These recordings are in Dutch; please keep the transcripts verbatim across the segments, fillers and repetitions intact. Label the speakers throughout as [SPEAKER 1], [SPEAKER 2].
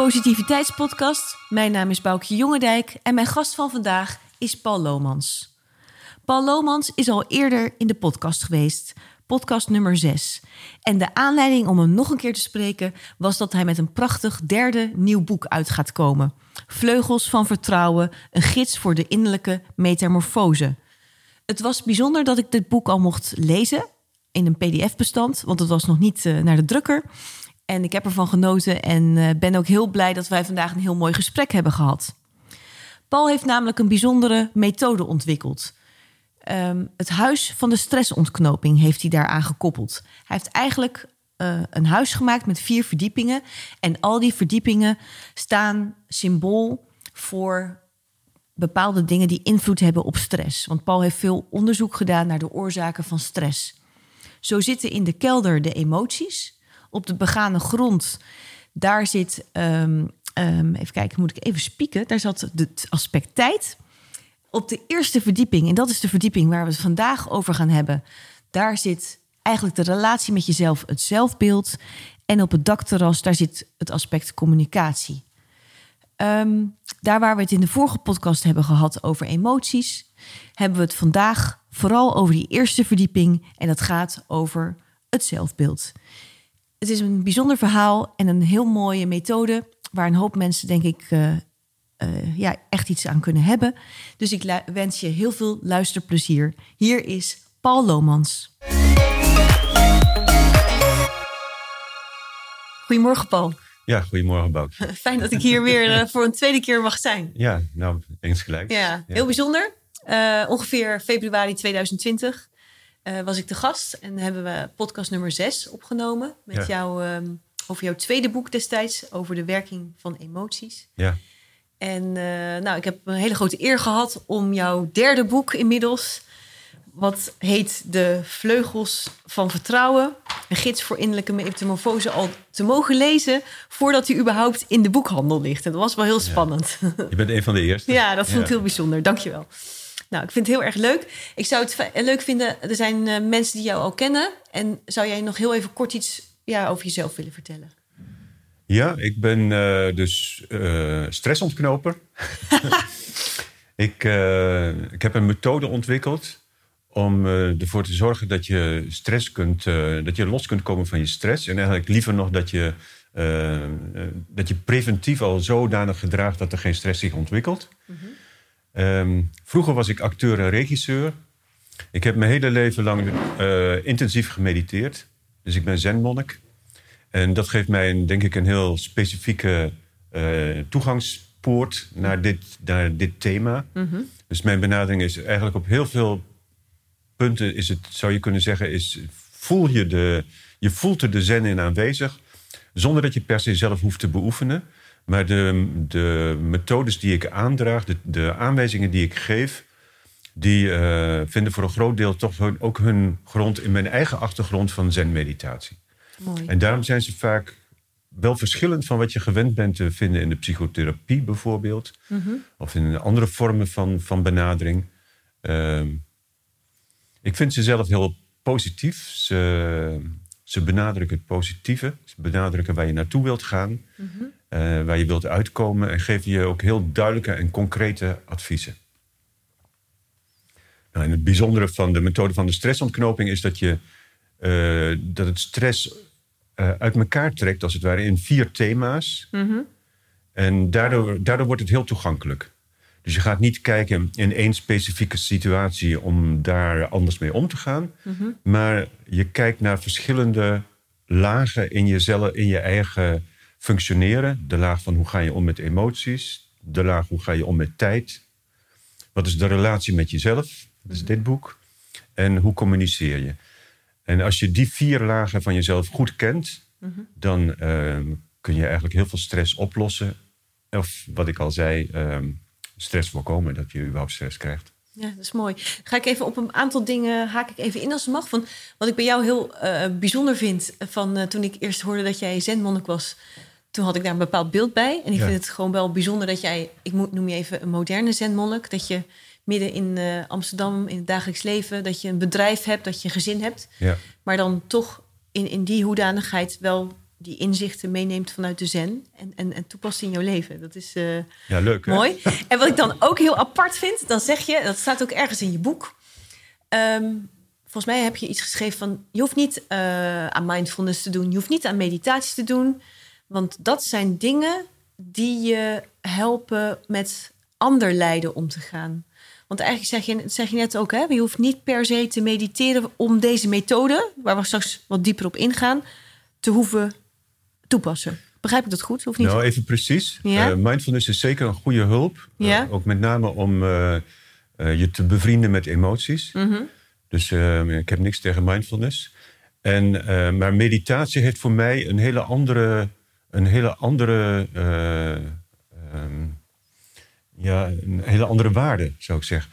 [SPEAKER 1] Positiviteitspodcast. Mijn naam is Boukje Jongendijk en mijn gast van vandaag is Paul Lomans. Paul Lomans is al eerder in de podcast geweest, podcast nummer zes. En de aanleiding om hem nog een keer te spreken was dat hij met een prachtig derde nieuw boek uit gaat komen. Vleugels van Vertrouwen, een gids voor de innerlijke metamorfose. Het was bijzonder dat ik dit boek al mocht lezen in een pdf-bestand, want het was nog niet uh, naar de drukker. En ik heb ervan genoten en uh, ben ook heel blij dat wij vandaag een heel mooi gesprek hebben gehad. Paul heeft namelijk een bijzondere methode ontwikkeld. Um, het huis van de stressontknoping heeft hij daaraan gekoppeld. Hij heeft eigenlijk uh, een huis gemaakt met vier verdiepingen. En al die verdiepingen staan symbool voor bepaalde dingen die invloed hebben op stress. Want Paul heeft veel onderzoek gedaan naar de oorzaken van stress. Zo zitten in de kelder de emoties. Op de begane grond, daar zit, um, um, even kijken, moet ik even spieken. Daar zat het aspect tijd. Op de eerste verdieping, en dat is de verdieping waar we het vandaag over gaan hebben, daar zit eigenlijk de relatie met jezelf, het zelfbeeld. En op het dakterras, daar zit het aspect communicatie. Um, daar waar we het in de vorige podcast hebben gehad over emoties, hebben we het vandaag vooral over die eerste verdieping. En dat gaat over het zelfbeeld. Het is een bijzonder verhaal en een heel mooie methode waar een hoop mensen, denk ik, uh, uh, ja, echt iets aan kunnen hebben. Dus ik lu- wens je heel veel luisterplezier. Hier is Paul Lomans. Goedemorgen, Paul.
[SPEAKER 2] Ja, goedemorgen, Boukje.
[SPEAKER 1] Fijn dat ik hier weer uh, voor een tweede keer mag zijn.
[SPEAKER 2] Ja, nou, eens gelijk.
[SPEAKER 1] Ja,
[SPEAKER 2] ja.
[SPEAKER 1] Heel bijzonder. Uh, ongeveer februari tweeduizend twintig. Uh, was ik de gast en hebben we podcast nummer zes opgenomen met ja. jou um, over jouw tweede boek destijds, over de werking van emoties.
[SPEAKER 2] Ja.
[SPEAKER 1] En uh, nou, ik heb een hele grote eer gehad om jouw derde boek inmiddels, wat heet De Vleugels van Vertrouwen, een gids voor innerlijke metamorfose, al te mogen lezen voordat hij überhaupt in de boekhandel ligt. En dat was wel heel spannend.
[SPEAKER 2] Ja. Je bent een van de eerste.
[SPEAKER 1] Ja, dat vond ik
[SPEAKER 2] ja.
[SPEAKER 1] heel bijzonder. Dankjewel. Nou, ik vind het heel erg leuk. Ik zou het v- leuk vinden, er zijn uh, mensen die jou al kennen. En zou jij nog heel even kort iets ja, over jezelf willen vertellen?
[SPEAKER 2] Ja, ik ben uh, dus uh, stressontknoper. ik, uh, ik heb een methode ontwikkeld om uh, ervoor te zorgen dat je stress kunt, uh, dat je los kunt komen van je stress. En eigenlijk liever nog dat je, uh, uh, dat je preventief al zodanig gedraagt dat er geen stress zich ontwikkelt. Mm-hmm. Um, vroeger was ik acteur en regisseur. Ik heb mijn hele leven lang uh, intensief gemediteerd. Dus ik ben zenmonnik. En dat geeft mij, een, denk ik, een heel specifieke uh, toegangspoort naar dit, naar dit thema. Mm-hmm. Dus mijn benadering is eigenlijk op heel veel punten, is het, zou je kunnen zeggen, is voel je, de, je voelt er de zen in aanwezig, zonder dat je per se zelf hoeft te beoefenen. Maar de, de methodes die ik aandraag, de, de aanwijzingen die ik geef, die uh, vinden voor een groot deel toch hun, ook hun grond in mijn eigen achtergrond van zen-meditatie.
[SPEAKER 1] Mooi.
[SPEAKER 2] En daarom zijn ze vaak wel verschillend van wat je gewend bent te vinden in de psychotherapie bijvoorbeeld. Mm-hmm. Of in andere vormen van, van benadering. Uh, ik vind ze zelf heel positief. Ze, ze benadrukken het positieve. Ze benadrukken waar je naartoe wilt gaan. Mm-hmm. Uh, waar je wilt uitkomen. En geven je ook heel duidelijke en concrete adviezen. Nou, en het bijzondere van de methode van de stressontknoping is dat, je, uh, dat het stress uh, uit elkaar trekt, als het ware, in vier thema's. Mm-hmm. En daardoor, daardoor wordt het heel toegankelijk. Dus je gaat niet kijken in één specifieke situatie om daar anders mee om te gaan. Mm-hmm. Maar je kijkt naar verschillende lagen in jezelf, in je eigen functioneren. De laag van hoe ga je om met emoties. De laag hoe ga je om met tijd. Wat is de relatie met jezelf? Dat is dit boek. En hoe communiceer je? En als je die vier lagen van jezelf goed kent, mm-hmm. dan uh, kun je eigenlijk heel veel stress oplossen. Of wat ik al zei, uh, stress voorkomen, dat je überhaupt stress krijgt.
[SPEAKER 1] Ja, dat is mooi. Ga ik even op een aantal dingen, haak ik even in als het mag. Van wat ik bij jou heel uh, bijzonder vind, van uh, toen ik eerst hoorde dat jij zenmonnik was, toen had ik daar een bepaald beeld bij. En ik ja. vind het gewoon wel bijzonder dat jij, ik noem je even een moderne zenmonnik, dat je midden in uh, Amsterdam, in het dagelijks leven, dat je een bedrijf hebt, dat je een gezin hebt. Ja. Maar dan toch in, in die hoedanigheid wel die inzichten meeneemt vanuit de zen en, en, en toepast in jouw leven. Dat is uh,
[SPEAKER 2] ja, leuk, hè?
[SPEAKER 1] Mooi. En wat ik dan ook heel apart vind, dan zeg je, dat staat ook ergens in je boek. Um, volgens mij heb je iets geschreven van, je hoeft niet uh, aan mindfulness te doen, je hoeft niet aan meditatie te doen, want dat zijn dingen die je helpen met ander lijden om te gaan. Want eigenlijk zeg je, zeg je net ook, hè, je hoeft niet per se te mediteren om deze methode, waar we straks wat dieper op ingaan, te hoeven toepassen. Begrijp ik dat goed? Of niet?
[SPEAKER 2] Nou, even precies.
[SPEAKER 1] Ja?
[SPEAKER 2] Uh, mindfulness is zeker een goede hulp.
[SPEAKER 1] Ja?
[SPEAKER 2] Uh, ook met name om uh, uh, je te bevrienden met emoties.
[SPEAKER 1] Mm-hmm.
[SPEAKER 2] Dus uh, ik heb niks tegen mindfulness. En, uh, maar meditatie heeft voor mij een hele andere, een hele andere, uh, um, ja, een hele andere waarde, zou ik zeggen.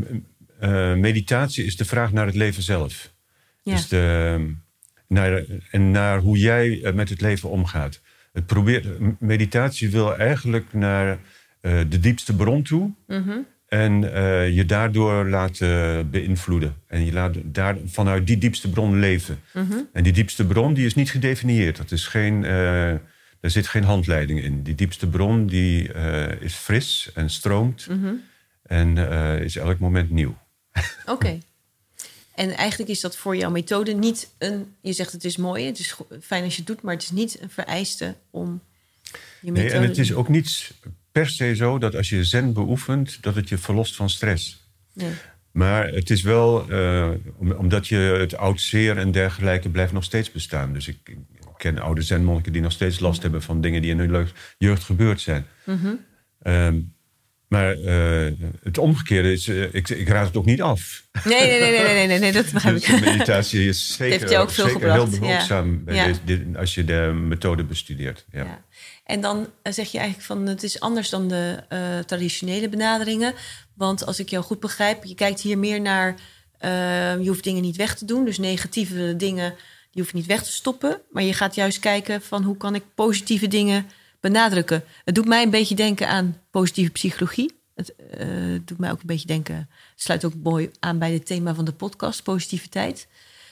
[SPEAKER 2] Uh, meditatie is de vraag naar het leven zelf.
[SPEAKER 1] Ja.
[SPEAKER 2] Dus de, naar, en naar hoe jij met het leven omgaat. Het probeert, meditatie wil eigenlijk naar uh, de diepste bron toe.
[SPEAKER 1] Mm-hmm.
[SPEAKER 2] En uh, je daardoor laten beïnvloeden. En je laat daar vanuit die diepste bron leven.
[SPEAKER 1] Mm-hmm.
[SPEAKER 2] En die diepste bron die is niet gedefinieerd. Dat is geen, uh, er zit geen handleiding in. Die diepste bron die, uh, is fris en stroomt.
[SPEAKER 1] Mm-hmm.
[SPEAKER 2] En uh, is elk moment nieuw.
[SPEAKER 1] Oké. Okay. En eigenlijk is dat voor jouw methode niet een... Je zegt het is mooi, het is fijn als je het doet... maar het is niet een vereiste om je methode...
[SPEAKER 2] Nee, en het is ook niet per se zo dat als je zen beoefent... dat het je verlost van stress.
[SPEAKER 1] Nee.
[SPEAKER 2] Maar het is wel... Uh, omdat je het oud zeer en dergelijke blijft nog steeds bestaan. Dus ik, ik ken oude zenmonniken die nog steeds last ja. hebben... van dingen die in hun jeugd gebeurd zijn.
[SPEAKER 1] Mm-hmm.
[SPEAKER 2] Um, Maar uh, het omgekeerde is, uh, ik, ik raad het ook niet af.
[SPEAKER 1] Nee, nee, nee, nee, nee, nee, nee dat begrijp
[SPEAKER 2] dus
[SPEAKER 1] ik.
[SPEAKER 2] meditatie is zeker,
[SPEAKER 1] ook veel
[SPEAKER 2] zeker heel
[SPEAKER 1] gebracht.
[SPEAKER 2] behulpzaam
[SPEAKER 1] Ja.
[SPEAKER 2] bij
[SPEAKER 1] Ja.
[SPEAKER 2] Deze, dit, als je de methode bestudeert. Ja.
[SPEAKER 1] Ja. En dan zeg je eigenlijk van het is anders dan de uh, traditionele benaderingen. Want als ik jou goed begrijp, je kijkt hier meer naar... Uh, je hoeft dingen niet weg te doen. Dus negatieve dingen, die hoef je niet weg te stoppen. Maar je gaat juist kijken van hoe kan ik positieve dingen... benadrukken. Het doet mij een beetje denken aan positieve psychologie. Het uh, doet mij ook een beetje denken... Het sluit ook mooi aan bij het thema van de podcast, positiviteit.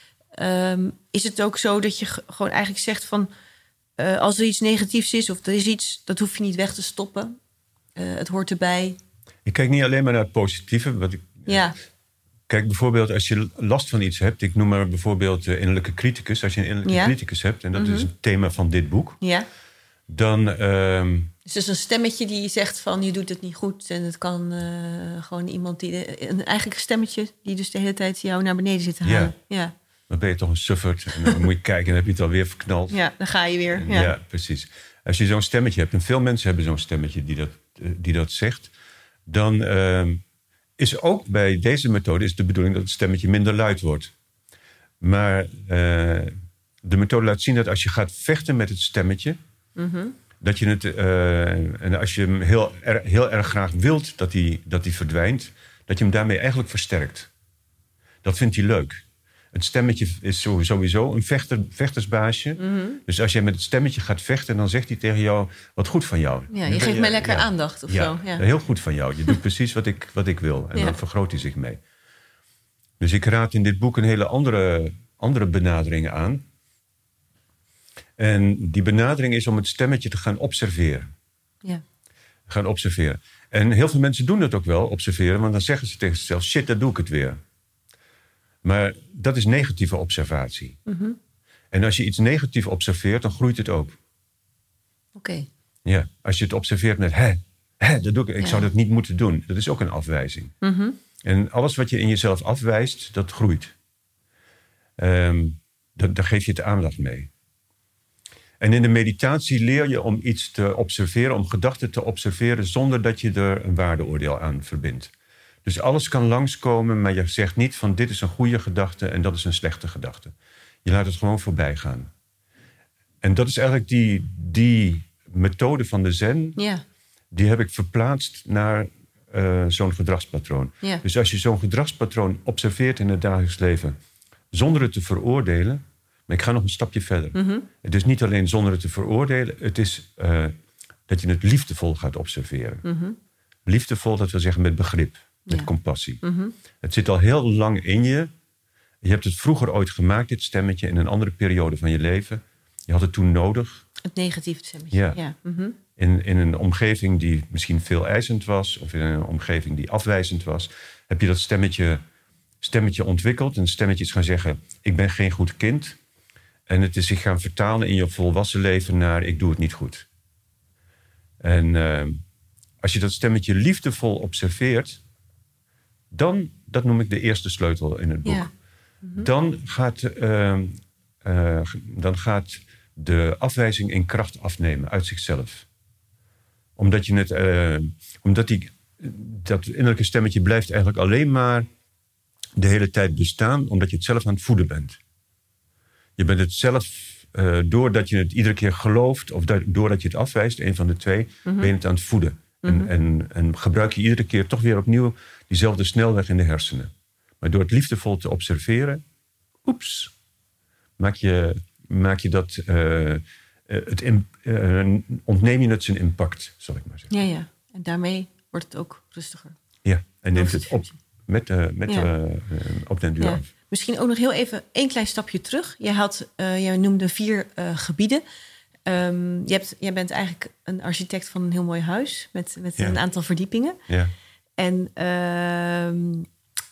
[SPEAKER 1] Um, is het ook zo dat je g- gewoon eigenlijk zegt van... Uh, als er iets negatiefs is of er is iets... dat hoef je niet weg te stoppen. Uh, het hoort erbij.
[SPEAKER 2] Ik kijk niet alleen maar naar het positieve. Wat ik,
[SPEAKER 1] ja.
[SPEAKER 2] Kijk bijvoorbeeld als je last van iets hebt... ik noem maar bijvoorbeeld uh, innerlijke criticus. Als je een innerlijke ja. criticus hebt... en dat mm-hmm. is het thema van dit boek...
[SPEAKER 1] Ja.
[SPEAKER 2] Dan, uh,
[SPEAKER 1] dus er is een stemmetje die zegt van je doet het niet goed. En het kan uh, gewoon iemand die... De, een eigenlijk stemmetje die dus de hele tijd jou naar beneden zit te halen.
[SPEAKER 2] Ja.
[SPEAKER 1] Ja.
[SPEAKER 2] Dan ben je toch een sufferd. En dan moet je kijken en dan heb je het alweer verknald.
[SPEAKER 1] Ja, dan ga je weer.
[SPEAKER 2] Ja.
[SPEAKER 1] Ja,
[SPEAKER 2] ja precies. Als je zo'n stemmetje hebt... en veel mensen hebben zo'n stemmetje die dat, uh, die dat zegt... dan uh, is ook bij deze methode is de bedoeling... dat het stemmetje minder luid wordt. Maar uh, de methode laat zien dat als je gaat vechten met het stemmetje...
[SPEAKER 1] Mm-hmm.
[SPEAKER 2] Dat je het, uh, en als je hem heel, er, heel erg graag wilt dat hij, dat hij verdwijnt, dat je hem daarmee eigenlijk versterkt. Dat vindt hij leuk. Het stemmetje is sowieso een vechter, vechtersbaasje.
[SPEAKER 1] Mm-hmm.
[SPEAKER 2] Dus als jij met het stemmetje gaat vechten, dan zegt hij tegen jou: wat goed van jou.
[SPEAKER 1] Ja, je geeft mij lekker ja, aandacht of
[SPEAKER 2] ja,
[SPEAKER 1] zo. Ja,
[SPEAKER 2] heel goed van jou. Je doet precies wat ik, wat ik wil. En ja. dan vergroot hij zich mee. Dus ik raad in dit boek een hele andere, andere benadering aan. En die benadering is om het stemmetje te gaan observeren.
[SPEAKER 1] Ja.
[SPEAKER 2] Gaan observeren. En heel veel mensen doen dat ook wel, observeren. Want dan zeggen ze tegen zichzelf, shit, dat doe ik het weer. Maar dat is negatieve observatie.
[SPEAKER 1] Mm-hmm.
[SPEAKER 2] En als je iets negatief observeert, dan groeit het ook.
[SPEAKER 1] Oké. Okay.
[SPEAKER 2] Ja, als je het observeert met, hè, hè dat doe ik, ik ja. zou dat niet moeten doen. Dat is ook een afwijzing.
[SPEAKER 1] Mm-hmm.
[SPEAKER 2] En alles wat je in jezelf afwijst, dat groeit. Um, dat, daar geef je het aandacht mee. En in de meditatie leer je om iets te observeren, om gedachten te observeren, zonder dat je er een waardeoordeel aan verbindt. Dus alles kan langskomen, maar je zegt niet van dit is een goede gedachte en dat is een slechte gedachte. Je laat het gewoon voorbij gaan. En dat is eigenlijk die, die methode van de zen,
[SPEAKER 1] ja. die
[SPEAKER 2] heb ik verplaatst naar uh, zo'n gedragspatroon.
[SPEAKER 1] Ja.
[SPEAKER 2] Dus als je zo'n gedragspatroon observeert in het dagelijks leven, zonder het te veroordelen. Maar ik ga nog een stapje verder.
[SPEAKER 1] Mm-hmm.
[SPEAKER 2] Het is niet alleen zonder het te veroordelen. Het is uh, dat je het liefdevol gaat observeren.
[SPEAKER 1] Mm-hmm.
[SPEAKER 2] Liefdevol, dat wil zeggen met begrip. Met
[SPEAKER 1] ja.
[SPEAKER 2] compassie.
[SPEAKER 1] Mm-hmm.
[SPEAKER 2] Het zit al heel lang in je. Je hebt het vroeger ooit gemaakt, dit stemmetje, in een andere periode van je leven. je had het toen nodig.
[SPEAKER 1] Het negatieve stemmetje.
[SPEAKER 2] Ja.
[SPEAKER 1] ja. Mm-hmm.
[SPEAKER 2] In, in een omgeving die misschien veel eisend was, of in een omgeving die afwijzend was, heb je dat stemmetje, stemmetje ontwikkeld. En het stemmetje is gaan zeggen, ik ben geen goed kind. En het is zich gaan vertalen in je volwassen leven naar, ik doe het niet goed. En uh, als je dat stemmetje liefdevol observeert, dan, dat noem ik de eerste sleutel in het boek.
[SPEAKER 1] Ja. Mm-hmm.
[SPEAKER 2] Dan gaat, uh, uh, dan gaat de afwijzing in kracht afnemen uit zichzelf. Omdat je het, uh, omdat die, dat innerlijke stemmetje blijft eigenlijk alleen maar de hele tijd bestaan, omdat je het zelf aan het voeden bent. Je bent het zelf, uh, doordat je het iedere keer gelooft, of da- doordat je het afwijst, een van de twee, mm-hmm. ben je het aan het voeden. Mm-hmm. En, en, en gebruik je iedere keer toch weer opnieuw diezelfde snelweg in de hersenen. Maar door het liefdevol te observeren, oeps, maak je, maak je dat, uh, het in, uh, ontneem je het zijn impact, zal ik maar zeggen.
[SPEAKER 1] Ja, ja. En daarmee wordt het ook rustiger.
[SPEAKER 2] Ja, en neemt het op met, uh, met ja. uh, op den duur
[SPEAKER 1] ja.
[SPEAKER 2] af.
[SPEAKER 1] Misschien ook nog heel even één klein stapje terug. Jij, had, uh, jij noemde vier uh, gebieden. Um, je hebt, jij bent eigenlijk een architect van een heel mooi huis met, met ja. een aantal verdiepingen.
[SPEAKER 2] Ja.
[SPEAKER 1] En um,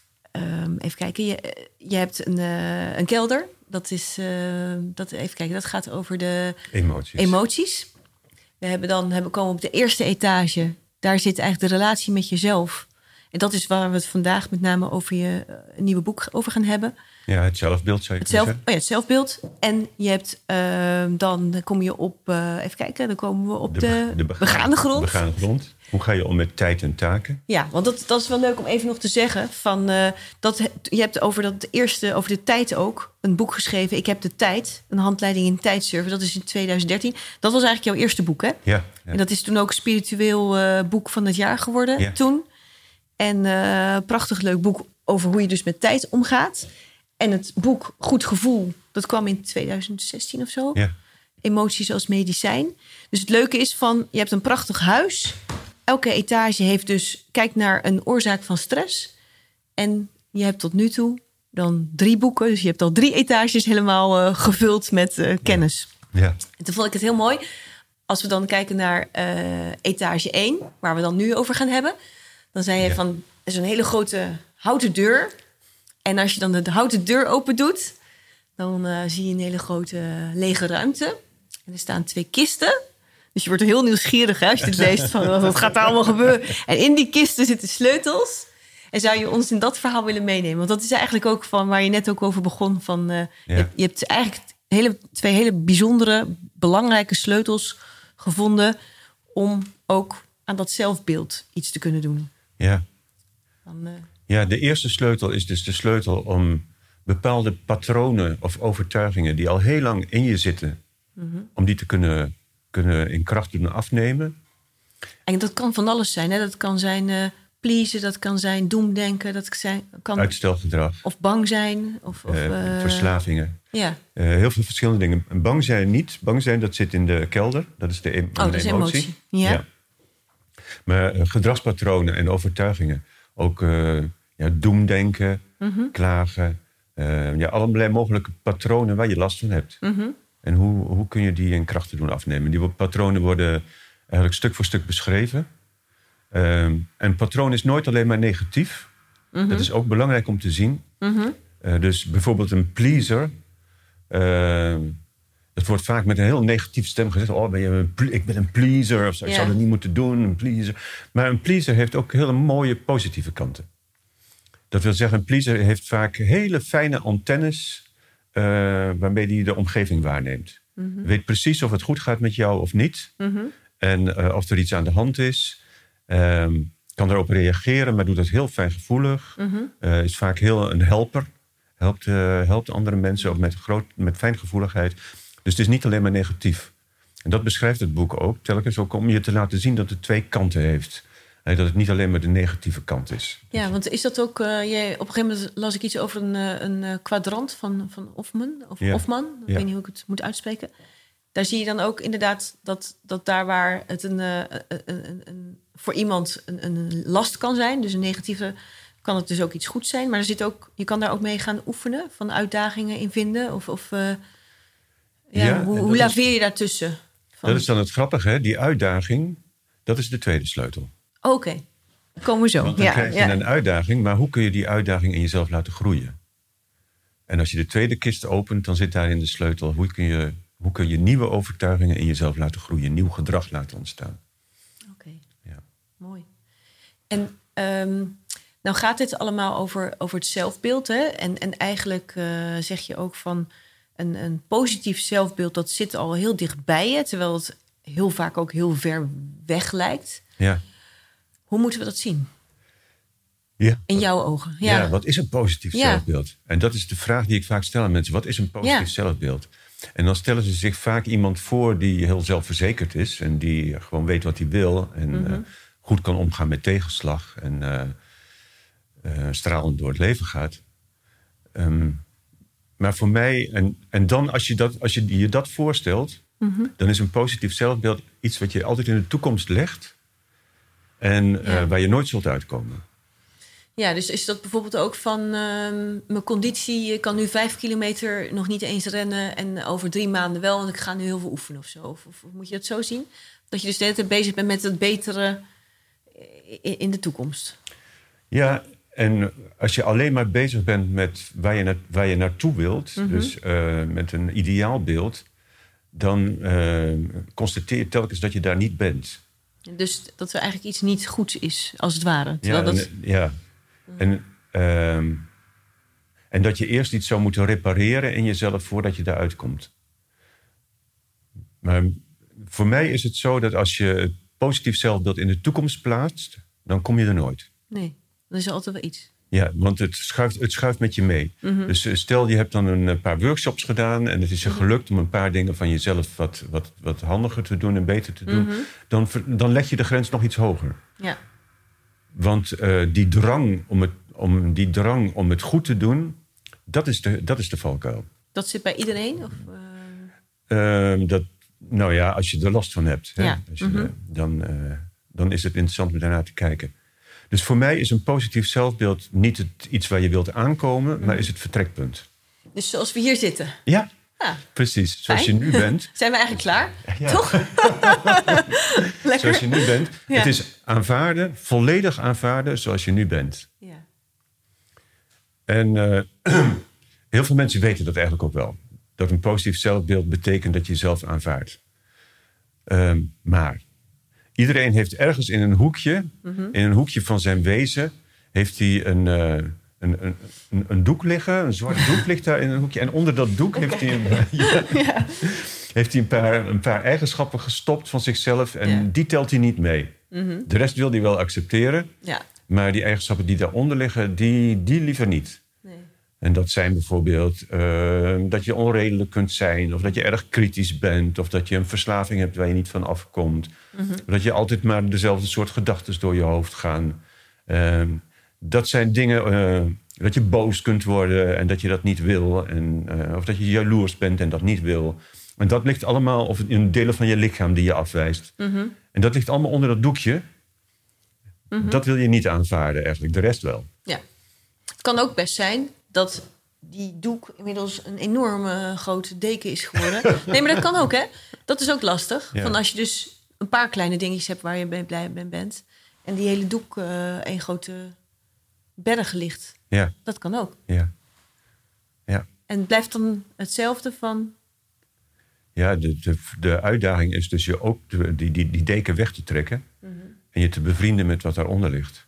[SPEAKER 1] um, even kijken, je, je hebt een, uh, een kelder. Dat is, uh, dat, even kijken, dat gaat over de
[SPEAKER 2] emoties.
[SPEAKER 1] emoties. We hebben dan hebben komen op de eerste etage. Daar zit eigenlijk de relatie met jezelf. En dat is waar we het vandaag met name over je uh, nieuwe boek over gaan hebben.
[SPEAKER 2] Ja, het zelfbeeld zou je
[SPEAKER 1] het zelf,
[SPEAKER 2] zeggen.
[SPEAKER 1] Oh ja, het zelfbeeld. En je hebt, uh, dan kom je op, uh, even kijken, dan komen we op de, de, de begane, begane grond.
[SPEAKER 2] Begane grond. Hoe ga je om met tijd en taken?
[SPEAKER 1] Ja, want dat, dat is wel leuk om even nog te zeggen. Van, uh, dat, je hebt over dat eerste, over de tijd ook, een boek geschreven. Ik heb de tijd, een handleiding in tijdsurfen. Dat is in twintig dertien. Dat was eigenlijk jouw eerste boek, hè?
[SPEAKER 2] Ja. ja.
[SPEAKER 1] En dat is toen ook spiritueel uh, boek van het jaar geworden, ja. toen. En uh, prachtig leuk boek over hoe je dus met tijd omgaat. En het boek Goed Gevoel, dat kwam in twintig zestien of zo.
[SPEAKER 2] Ja.
[SPEAKER 1] Emoties als medicijn. Dus het leuke is van, je hebt een prachtig huis. Elke etage heeft dus, kijkt naar een oorzaak van stress. En je hebt tot nu toe dan drie boeken. Dus je hebt al drie etages helemaal uh, gevuld met uh, kennis.
[SPEAKER 2] Ja. Ja.
[SPEAKER 1] En toen vond ik het heel mooi. Als we dan kijken naar uh, etage één, waar we dan nu over gaan hebben. Dan zei je ja. van, er is een hele grote houten deur. En als je dan de houten deur open doet, dan uh, zie je een hele grote uh, lege ruimte. En er staan twee kisten. Dus je wordt er heel nieuwsgierig hè, als je dit leest. Van, wat gaat er allemaal gebeuren? En in die kisten zitten sleutels. En zou je ons in dat verhaal willen meenemen? Want dat is eigenlijk ook van waar je net ook over begon. Van, uh, ja. je, hebt, je hebt eigenlijk hele, twee hele bijzondere, belangrijke sleutels gevonden om ook aan dat zelfbeeld iets te kunnen doen.
[SPEAKER 2] Ja.
[SPEAKER 1] Dan, uh...
[SPEAKER 2] ja, de eerste sleutel is dus de sleutel om bepaalde patronen of overtuigingen die al heel lang in je zitten, mm-hmm. om die te kunnen, kunnen in kracht doen afnemen.
[SPEAKER 1] En dat kan van alles zijn. Hè? Dat kan zijn uh, pleasen, dat kan zijn doemdenken, dat zijn, kan
[SPEAKER 2] uitstelgedrag.
[SPEAKER 1] Of bang zijn. Of, of, uh,
[SPEAKER 2] uh, verslavingen.
[SPEAKER 1] Ja.
[SPEAKER 2] Uh, heel veel verschillende dingen. Bang zijn niet. Bang zijn, dat zit in de kelder. Dat is de, em-
[SPEAKER 1] oh, dat
[SPEAKER 2] de
[SPEAKER 1] is
[SPEAKER 2] emotie.
[SPEAKER 1] emotie. Ja. Ja.
[SPEAKER 2] Maar uh, gedragspatronen en overtuigingen. Ook uh, ja, doemdenken, mm-hmm. klagen. Uh, ja, allerlei mogelijke patronen waar je last van hebt.
[SPEAKER 1] Mm-hmm.
[SPEAKER 2] En hoe, hoe kun je die in kracht doen afnemen? Die patronen worden eigenlijk stuk voor stuk beschreven. Uh, en patroon is nooit alleen maar negatief. Mm-hmm. Dat is ook belangrijk om te zien.
[SPEAKER 1] Mm-hmm.
[SPEAKER 2] Uh, dus bijvoorbeeld een pleaser. Uh, dat wordt vaak met een heel negatief stem gezegd. Oh, ben je een ple- ik ben een pleaser. Of zo. Ik
[SPEAKER 1] Ja.
[SPEAKER 2] zou dat niet moeten doen. Een pleaser. Maar een pleaser heeft ook hele mooie positieve kanten. Dat wil zeggen, een pleaser heeft vaak hele fijne antennes Uh, waarmee hij de omgeving waarneemt. Mm-hmm. Weet precies of het goed gaat met jou of niet. Mm-hmm. En uh, of er iets aan de hand is. Um, kan erop reageren, maar doet dat heel fijngevoelig. Mm-hmm. Uh, is vaak heel een helper. Helpt, uh, helpt andere mensen ook met, groot, met fijngevoeligheid. Dus het is niet alleen maar negatief. En dat beschrijft het boek ook telkens. Ook om je te laten zien dat het twee kanten heeft. He, dat het niet alleen maar de negatieve kant is.
[SPEAKER 1] Ja, want is dat ook... Uh, jij, op een gegeven moment las ik iets over een, een, een kwadrant van, van Hofman. Of
[SPEAKER 2] ja.
[SPEAKER 1] Hofman, ik
[SPEAKER 2] ja.
[SPEAKER 1] weet niet hoe ik het moet uitspreken. Daar zie je dan ook inderdaad dat, dat daar waar het een, uh, een, een, een, voor iemand een, een last kan zijn... dus een negatieve, kan het dus ook iets goeds zijn. Maar er zit ook, je kan daar ook mee gaan oefenen, van uitdagingen in vinden. Of, of, uh, Ja,
[SPEAKER 2] Ja,
[SPEAKER 1] hoe
[SPEAKER 2] en
[SPEAKER 1] hoe
[SPEAKER 2] dat
[SPEAKER 1] laveer je daartussen? Van-
[SPEAKER 2] Dat is dan het grappige, hè? Die uitdaging, dat is de tweede sleutel.
[SPEAKER 1] Oké, komen we zo.
[SPEAKER 2] Want dan
[SPEAKER 1] ja,
[SPEAKER 2] krijg je
[SPEAKER 1] ja.
[SPEAKER 2] een uitdaging, maar hoe kun je die uitdaging in jezelf laten groeien? En als je de tweede kist opent, dan zit daarin de sleutel. Hoe kun je, hoe kun je nieuwe overtuigingen in jezelf laten groeien, nieuw gedrag laten ontstaan?
[SPEAKER 1] Oké,
[SPEAKER 2] Ja.
[SPEAKER 1] mooi. En ehm, nou gaat dit allemaal over, over het zelfbeeld. Hè? En, en eigenlijk eh, zeg je ook van een, een positief zelfbeeld, dat zit al heel dichtbij je, terwijl het heel vaak ook heel ver weg lijkt.
[SPEAKER 2] Ja.
[SPEAKER 1] Hoe moeten we dat zien?
[SPEAKER 2] Ja.
[SPEAKER 1] In jouw ogen.
[SPEAKER 2] Ja.
[SPEAKER 1] Ja,
[SPEAKER 2] wat is een positief
[SPEAKER 1] Ja.
[SPEAKER 2] zelfbeeld? En dat is de vraag die ik vaak stel aan mensen. Wat is een positief
[SPEAKER 1] Ja.
[SPEAKER 2] zelfbeeld? En dan stellen ze zich vaak iemand voor die heel zelfverzekerd is. En die gewoon weet wat hij wil. En
[SPEAKER 1] Mhm.
[SPEAKER 2] eh, goed kan omgaan met tegenslag. En eh, eh, stralend door het leven gaat. Ehm, maar voor mij, en, en dan als je, dat, als je je dat voorstelt,
[SPEAKER 1] Mhm.
[SPEAKER 2] dan is een positief zelfbeeld iets wat je altijd in de toekomst legt. En eh,
[SPEAKER 1] Ja.
[SPEAKER 2] waar je nooit zult uitkomen.
[SPEAKER 1] Ja, dus is dat bijvoorbeeld ook van ehm, mijn conditie, ik kan nu vijf kilometer nog niet eens rennen en over drie maanden wel, want ik ga nu heel veel oefenen of zo. Of, of moet je dat zo zien? Dat je dus de hele tijd bezig bent met het betere in, in de toekomst.
[SPEAKER 2] Ja, en als je alleen maar bezig bent met waar je, na, waar je naartoe wilt,
[SPEAKER 1] Mhm.
[SPEAKER 2] dus uh, met een ideaalbeeld, dan uh, constateer je telkens dat je daar niet bent.
[SPEAKER 1] Dus dat er eigenlijk iets niet goed is, als het ware.
[SPEAKER 2] Ja,
[SPEAKER 1] dat...
[SPEAKER 2] en, ja. En, uh, en dat je eerst iets zou moeten repareren in jezelf voordat je daaruit komt. Maar voor mij is het zo dat als je het positief zelfbeeld in de toekomst plaatst, dan kom je er nooit.
[SPEAKER 1] Nee, dan is er altijd wel iets.
[SPEAKER 2] Ja, want het schuift, het schuift met je mee.
[SPEAKER 1] Mm-hmm.
[SPEAKER 2] Dus stel, je hebt dan een paar workshops gedaan en het is je gelukt om een paar dingen van jezelf wat, wat, wat handiger te doen en beter te doen.
[SPEAKER 1] Mm-hmm.
[SPEAKER 2] Dan, dan leg je de grens nog iets hoger.
[SPEAKER 1] Ja.
[SPEAKER 2] Want uh, die, drang om het, om, die drang om het goed te doen, dat is de, dat is de valkuil.
[SPEAKER 1] Dat zit bij iedereen? Of, uh...
[SPEAKER 2] uh, dat, nou ja, als je er last van hebt, hè,
[SPEAKER 1] Ja.
[SPEAKER 2] als je,
[SPEAKER 1] Mm-hmm.
[SPEAKER 2] uh, dan, uh, dan is het interessant om daarnaar te kijken. Dus voor mij is een positief zelfbeeld niet het, iets waar je wilt aankomen, mm-hmm. maar is het vertrekpunt.
[SPEAKER 1] Dus zoals we hier zitten?
[SPEAKER 2] Ja,
[SPEAKER 1] ja.
[SPEAKER 2] precies. Zoals
[SPEAKER 1] Fijn.
[SPEAKER 2] je nu bent.
[SPEAKER 1] Zijn we eigenlijk klaar?
[SPEAKER 2] Ja.
[SPEAKER 1] Toch? Lekker.
[SPEAKER 2] Zoals je nu bent.
[SPEAKER 1] Ja.
[SPEAKER 2] Het is aanvaarden, volledig aanvaarden zoals je nu bent.
[SPEAKER 1] Ja.
[SPEAKER 2] En uh, heel veel mensen weten dat eigenlijk ook wel. Dat een positief zelfbeeld betekent dat je jezelf aanvaardt. Um, maar iedereen heeft ergens in een hoekje, mm-hmm. in een hoekje van zijn wezen, heeft hij een, uh, een, een, een, een doek liggen. Een zwart doek ligt daar in een hoekje. En onder dat doek okay. heeft hij, een, ja, ja. heeft hij een, paar, een paar eigenschappen gestopt van zichzelf. En ja. die telt hij niet mee. Mm-hmm. De rest wil hij wel accepteren.
[SPEAKER 1] Ja.
[SPEAKER 2] Maar die eigenschappen die daaronder liggen, die, die liever niet.
[SPEAKER 1] Nee.
[SPEAKER 2] En dat zijn bijvoorbeeld uh, dat je onredelijk kunt zijn, of dat je erg kritisch bent, of dat je een verslaving hebt waar je niet van afkomt. Mm-hmm. Of dat je altijd maar dezelfde soort gedachten door je hoofd gaan. Uh, dat zijn dingen, uh, dat je boos kunt worden en dat je dat niet wil. En, uh, of dat je jaloers bent en dat niet wil. En dat ligt allemaal, of in delen van je lichaam die je afwijst. Mm-hmm. En dat ligt allemaal onder dat doekje. Mm-hmm. Dat wil je niet aanvaarden eigenlijk, de rest wel.
[SPEAKER 1] Ja. Het kan ook best zijn dat die doek inmiddels een enorme grote deken is geworden. Nee, maar dat kan ook, hè? Dat is ook lastig. Ja. Van als je dus een paar kleine dingetjes hebt waar je blij mee bent, en die hele doek uh, een grote berg ligt.
[SPEAKER 2] Ja.
[SPEAKER 1] Dat kan ook.
[SPEAKER 2] Ja. Ja.
[SPEAKER 1] En het blijft dan hetzelfde van...
[SPEAKER 2] Ja, de, de, de uitdaging is dus je ook de, die, die, die deken weg te trekken. Mm-hmm. En je te bevrienden met wat daaronder ligt.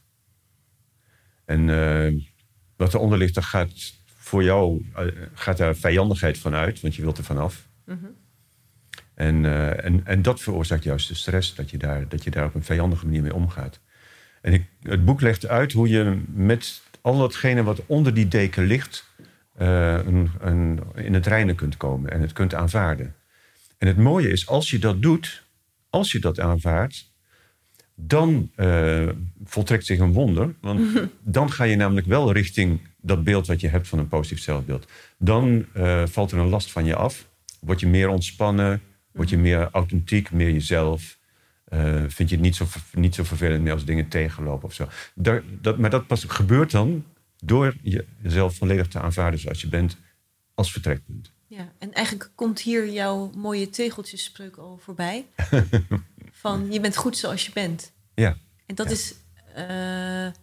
[SPEAKER 2] En uh, wat daaronder ligt, daar gaat voor jou uh, gaat daar vijandigheid van uit, want je wilt er vanaf. Mm-hmm. En, uh, en, en dat veroorzaakt juist de stress, dat je, daar, dat je daar op een vijandige manier mee omgaat. En ik, het boek legt uit hoe je met al datgene wat onder die deken ligt, uh, een, een, in het reinen kunt komen en het kunt aanvaarden. En het mooie is, als je dat doet, als je dat aanvaardt, dan uh, voltrekt zich een wonder. Want mm-hmm. dan ga je namelijk wel richting dat beeld wat je hebt van een positief zelfbeeld. Dan uh, valt er een last van je af. Word je meer ontspannen, word je meer authentiek, meer jezelf. Uh, vind je het niet zo, niet zo vervelend meer als dingen tegenlopen of zo. Daar, dat, maar dat pas gebeurt dan door jezelf volledig te aanvaarden zoals je bent als vertrekpunt.
[SPEAKER 1] Ja, en eigenlijk komt hier jouw mooie tegeltjesspreuk al voorbij. Van, je bent goed zoals je bent.
[SPEAKER 2] Ja.
[SPEAKER 1] En dat
[SPEAKER 2] ja.
[SPEAKER 1] is... Uh, uh,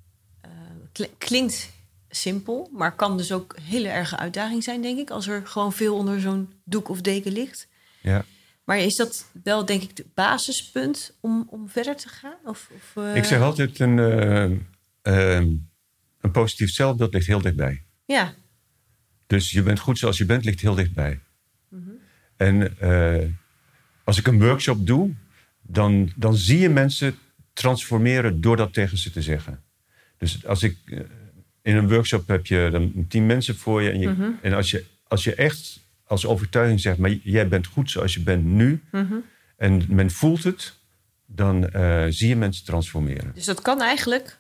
[SPEAKER 1] klinkt simpel, maar kan dus ook een hele erge uitdaging zijn, denk ik. Als er gewoon veel onder zo'n doek of deken ligt.
[SPEAKER 2] Ja.
[SPEAKER 1] Maar is dat wel, denk ik, het basispunt om, om verder te gaan? Of, of, uh...
[SPEAKER 2] Ik zeg altijd, een, uh, uh, een positief zelfbeeld ligt heel dichtbij.
[SPEAKER 1] Ja.
[SPEAKER 2] Dus je bent goed zoals je bent, ligt heel dichtbij.
[SPEAKER 1] Mm-hmm.
[SPEAKER 2] En uh, als ik een workshop doe, dan, dan zie je mensen transformeren door dat tegen ze te zeggen. Dus als ik uh, in een workshop heb je dan tien mensen voor je. En, je,
[SPEAKER 1] mm-hmm.
[SPEAKER 2] en als, je, als je echt als overtuiging zegt, maar jij bent goed zoals je bent nu.
[SPEAKER 1] Mm-hmm.
[SPEAKER 2] En men voelt het, dan uh, zie je mensen transformeren.
[SPEAKER 1] Dus dat kan eigenlijk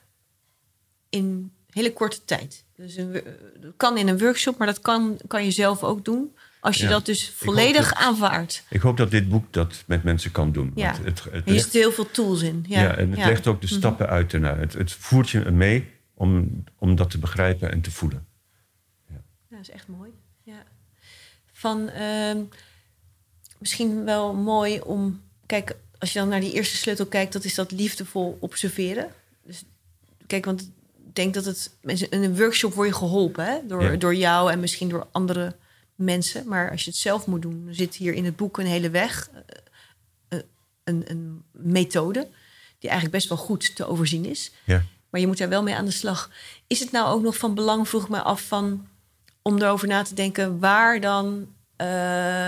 [SPEAKER 1] in hele korte tijd. Dus een, dat kan in een workshop, maar dat kan, kan je zelf ook doen. Als je ja. dat dus volledig dat, aanvaardt.
[SPEAKER 2] Ik hoop dat dit boek dat met mensen kan doen.
[SPEAKER 1] Ja.
[SPEAKER 2] Want het, het
[SPEAKER 1] Hier zitten heel veel tools in. Ja,
[SPEAKER 2] ja en het
[SPEAKER 1] ja.
[SPEAKER 2] legt ook de stappen mm-hmm. uit ernaar. Het, het voert je mee om, om dat te begrijpen en te voelen.
[SPEAKER 1] Ja, ja dat is echt mooi. Ja. Van, uh, misschien wel mooi om... Kijk, als je dan naar die eerste sleutel kijkt, dat is dat liefdevol observeren. Dus kijk, want ik denk dat het... In een workshop word je geholpen, hè? Door, ja. door jou en misschien door andere mensen. Maar als je het zelf moet doen, dan zit hier in het boek een hele weg. Uh, een, een methode die eigenlijk best wel goed te overzien is.
[SPEAKER 2] Ja.
[SPEAKER 1] Maar je moet daar wel mee aan de slag. Is het nou ook nog van belang, vroeg ik me af, van... om erover na te denken waar dan uh,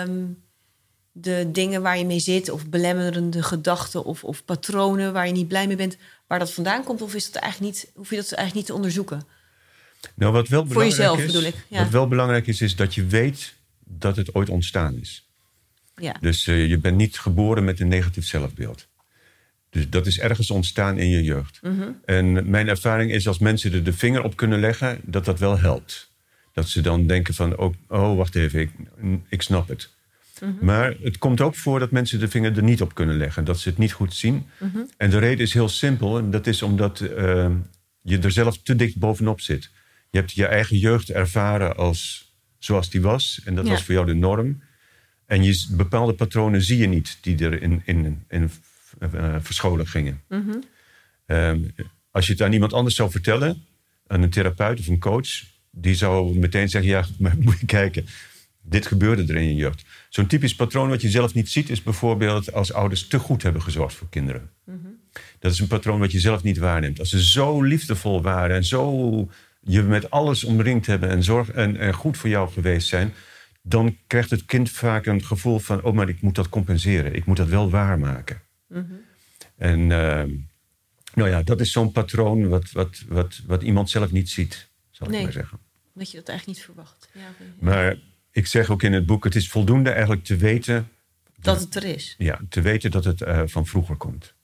[SPEAKER 1] de dingen waar je mee zit... of belemmerende gedachten of, of patronen waar je niet blij mee bent... waar dat vandaan komt, of is dat eigenlijk niet, hoef je dat eigenlijk niet te onderzoeken?
[SPEAKER 2] Nou, wat wel
[SPEAKER 1] Voor jezelf
[SPEAKER 2] is,
[SPEAKER 1] bedoel ik. Ja.
[SPEAKER 2] Wat wel belangrijk is, is dat je weet dat het ooit ontstaan is.
[SPEAKER 1] Ja.
[SPEAKER 2] Dus uh, je bent niet geboren met een negatief zelfbeeld. Dus dat is ergens ontstaan in je jeugd.
[SPEAKER 1] Mm-hmm.
[SPEAKER 2] En mijn ervaring is, als mensen er de vinger op kunnen leggen... dat dat wel helpt. Dat ze dan denken van, oh, oh wacht even, ik, ik snap het. Mm-hmm. Maar het komt ook voor dat mensen de vinger er niet op kunnen leggen. Dat ze het niet goed zien.
[SPEAKER 1] Mm-hmm.
[SPEAKER 2] En de reden is heel simpel. En dat is omdat uh, je er zelf te dicht bovenop zit. Je hebt je eigen jeugd ervaren als zoals die was. En dat ja. was voor jou de norm. En je, bepaalde patronen zie je niet die er in, in, in uh, verscholen gingen.
[SPEAKER 1] Mm-hmm.
[SPEAKER 2] Um, als je het aan iemand anders zou vertellen, aan een therapeut of een coach... die zou meteen zeggen, ja, maar moet je kijken. Dit gebeurde er in je jeugd. Zo'n typisch patroon wat je zelf niet ziet... is bijvoorbeeld als ouders te goed hebben gezorgd voor kinderen.
[SPEAKER 1] Mm-hmm.
[SPEAKER 2] Dat is een patroon wat je zelf niet waarneemt. Als ze zo liefdevol waren en zo je met alles omringd hebben... en, zorg, en, en goed voor jou geweest zijn... dan krijgt het kind vaak een gevoel van... oh, maar ik moet dat compenseren. Ik moet dat wel waarmaken.
[SPEAKER 1] Mm-hmm. En
[SPEAKER 2] uh, nou ja, dat is zo'n patroon wat, wat, wat, wat iemand zelf niet ziet, zal
[SPEAKER 1] nee,
[SPEAKER 2] ik maar zeggen.
[SPEAKER 1] Dat je dat eigenlijk niet verwacht. Ja, ja.
[SPEAKER 2] Maar ik zeg ook in het boek, het is voldoende eigenlijk te weten...
[SPEAKER 1] Dat het er is.
[SPEAKER 2] Ja, te weten dat het uh, van vroeger komt.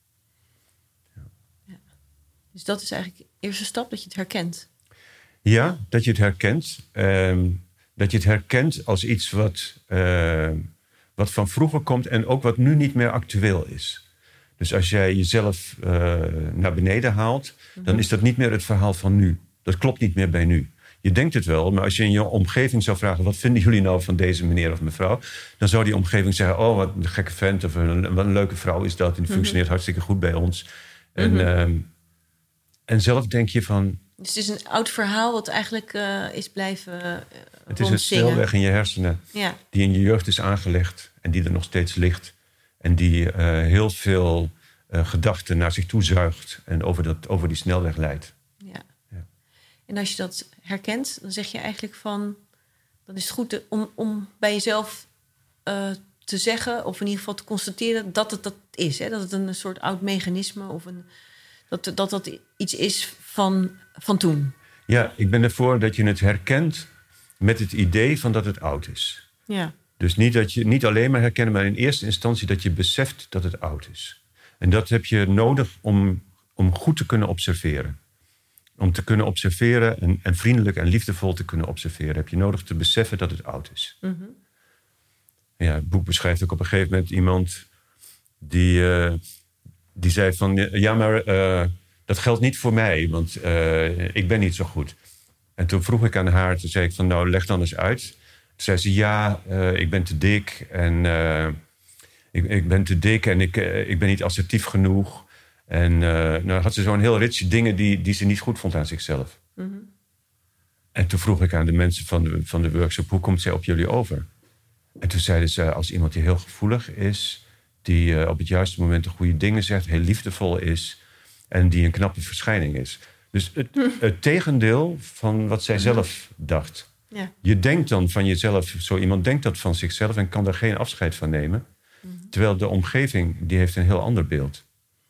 [SPEAKER 1] Ja. Ja. Dus dat is eigenlijk de eerste stap, dat je het herkent.
[SPEAKER 2] Ja, dat je het herkent. Um, dat je het herkent als iets wat, uh, wat van vroeger komt... en ook wat nu niet meer actueel is. Dus als jij jezelf uh, naar beneden haalt... Mm-hmm. dan is dat niet meer het verhaal van nu. Dat klopt niet meer bij nu. Je denkt het wel, maar als je in je omgeving zou vragen... wat vinden jullie nou van deze meneer of mevrouw... dan zou die omgeving zeggen... oh, wat een gekke vent of een, wat een leuke vrouw is dat... en die mm-hmm. functioneert hartstikke goed bij ons. Mm-hmm. En, um, en zelf denk je van...
[SPEAKER 1] Dus het is een oud verhaal wat eigenlijk uh, is blijven uh,
[SPEAKER 2] Het is een snelweg in je hersenen...
[SPEAKER 1] Ja. die
[SPEAKER 2] in je jeugd is aangelegd en die er nog steeds ligt... en die uh, heel veel uh, gedachten naar zich toe zuigt... en over, dat, over die snelweg leidt.
[SPEAKER 1] Ja. Ja. En als je dat herkent, dan zeg je eigenlijk van... dan is het goed te, om, om bij jezelf uh, te zeggen... of in ieder geval te constateren dat het dat is. Hè? Dat het een soort oud mechanisme... of een, dat, dat dat iets is van, van toen.
[SPEAKER 2] Ja, ik ben ervoor dat je het herkent... met het idee van dat het oud is.
[SPEAKER 1] Ja.
[SPEAKER 2] Dus niet, dat je, niet alleen maar herkennen... maar in eerste instantie dat je beseft dat het oud is. En dat heb je nodig om, om goed te kunnen observeren. Om te kunnen observeren en, en vriendelijk en liefdevol te kunnen observeren... heb je nodig te beseffen dat het oud is.
[SPEAKER 1] Mm-hmm.
[SPEAKER 2] Ja, het boek beschrijft ook op een gegeven moment iemand... die, uh, die zei van... ja, maar uh, dat geldt niet voor mij, want uh, ik ben niet zo goed. En toen vroeg ik aan haar, toen zei ik van... nou, leg dan eens uit. zei ze, ja, uh, ik ben te dik en uh, ik, ik ben te dik en ik, uh, ik ben niet assertief genoeg. En uh, nou had ze zo'n heel ritje dingen die, die ze niet goed vond aan zichzelf. Mm-hmm. En toen vroeg ik aan de mensen van de, van de workshop, hoe komt zij op jullie over? En toen zeiden ze, als iemand die heel gevoelig is, die uh, op het juiste moment de goede dingen zegt, heel liefdevol is en die een knappe verschijning is. Dus het, mm. het tegendeel van wat zij mm-hmm. zelf dacht. Ja. Je denkt dan van jezelf, zo iemand denkt dat van zichzelf en kan daar geen afscheid van nemen. Mm-hmm. Terwijl de omgeving, die heeft een heel ander beeld.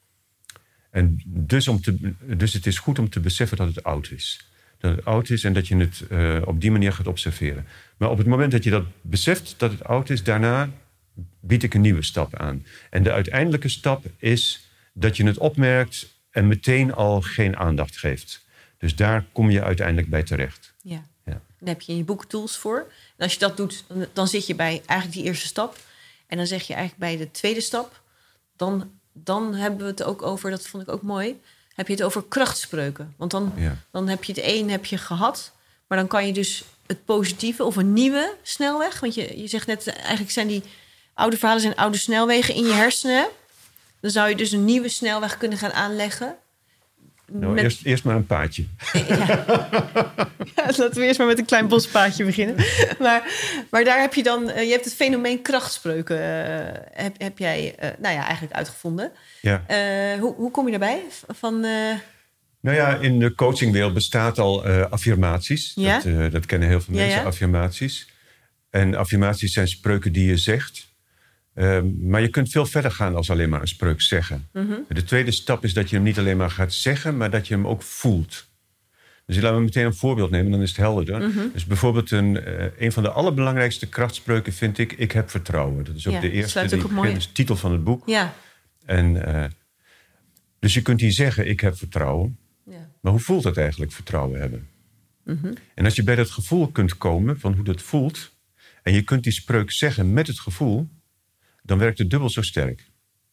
[SPEAKER 2] En dus, om te, dus het is goed om te beseffen dat het oud is. Dat het oud is en dat je het uh, op die manier gaat observeren. Maar op het moment dat je dat beseft, dat het oud is, daarna bied ik een nieuwe stap aan. En de uiteindelijke stap is dat je het opmerkt en meteen al geen aandacht geeft. Dus daar kom je uiteindelijk bij terecht.
[SPEAKER 1] Ja. Ja. Dan heb je in je boek tools voor. En als je dat doet, dan, dan zit je bij eigenlijk die eerste stap. En dan zeg je eigenlijk bij de tweede stap, dan, dan hebben we het ook over, dat vond ik ook mooi, heb je het over krachtspreuken. Want dan, ja. dan heb je het een heb je gehad, maar dan kan je dus het positieve of een nieuwe snelweg. Want je, je zegt net, eigenlijk zijn die oude verhalen zijn oude snelwegen in je hersenen. Dan zou je dus een nieuwe snelweg kunnen gaan aanleggen.
[SPEAKER 2] Nou, met... eerst, eerst maar een paadje.
[SPEAKER 1] Ja. Ja, laten we eerst maar met een klein bospaadje beginnen. Maar, maar daar heb je dan, uh, je hebt het fenomeen krachtspreuken, uh, heb, heb jij, uh, nou ja, eigenlijk uitgevonden.
[SPEAKER 2] Ja.
[SPEAKER 1] Uh, hoe, hoe kom je daarbij? Van, uh...
[SPEAKER 2] Nou ja, in de coachingwereld bestaat al uh, affirmaties. Ja? Dat, uh, dat kennen heel veel mensen, ja, ja. affirmaties. En affirmaties zijn spreuken die je zegt. Uh, maar je kunt veel verder gaan als alleen maar een spreuk zeggen. Mm-hmm. De tweede stap is dat je hem niet alleen maar gaat zeggen, maar dat je hem ook voelt. Dus laten we meteen een voorbeeld nemen, dan is het helderder. Mm-hmm. Dus bijvoorbeeld een, uh, een van de allerbelangrijkste krachtspreuken vind ik, ik heb vertrouwen. Dat is ook ja, de eerste, die, ook mooi. Dat is de titel van het boek. Ja. En, uh, dus je kunt die zeggen, ik heb vertrouwen. Ja. Maar hoe voelt dat eigenlijk, vertrouwen hebben? Mm-hmm. En als je bij dat gevoel kunt komen, van hoe dat voelt, en je kunt die spreuk zeggen met het gevoel, dan werkt het dubbel zo sterk.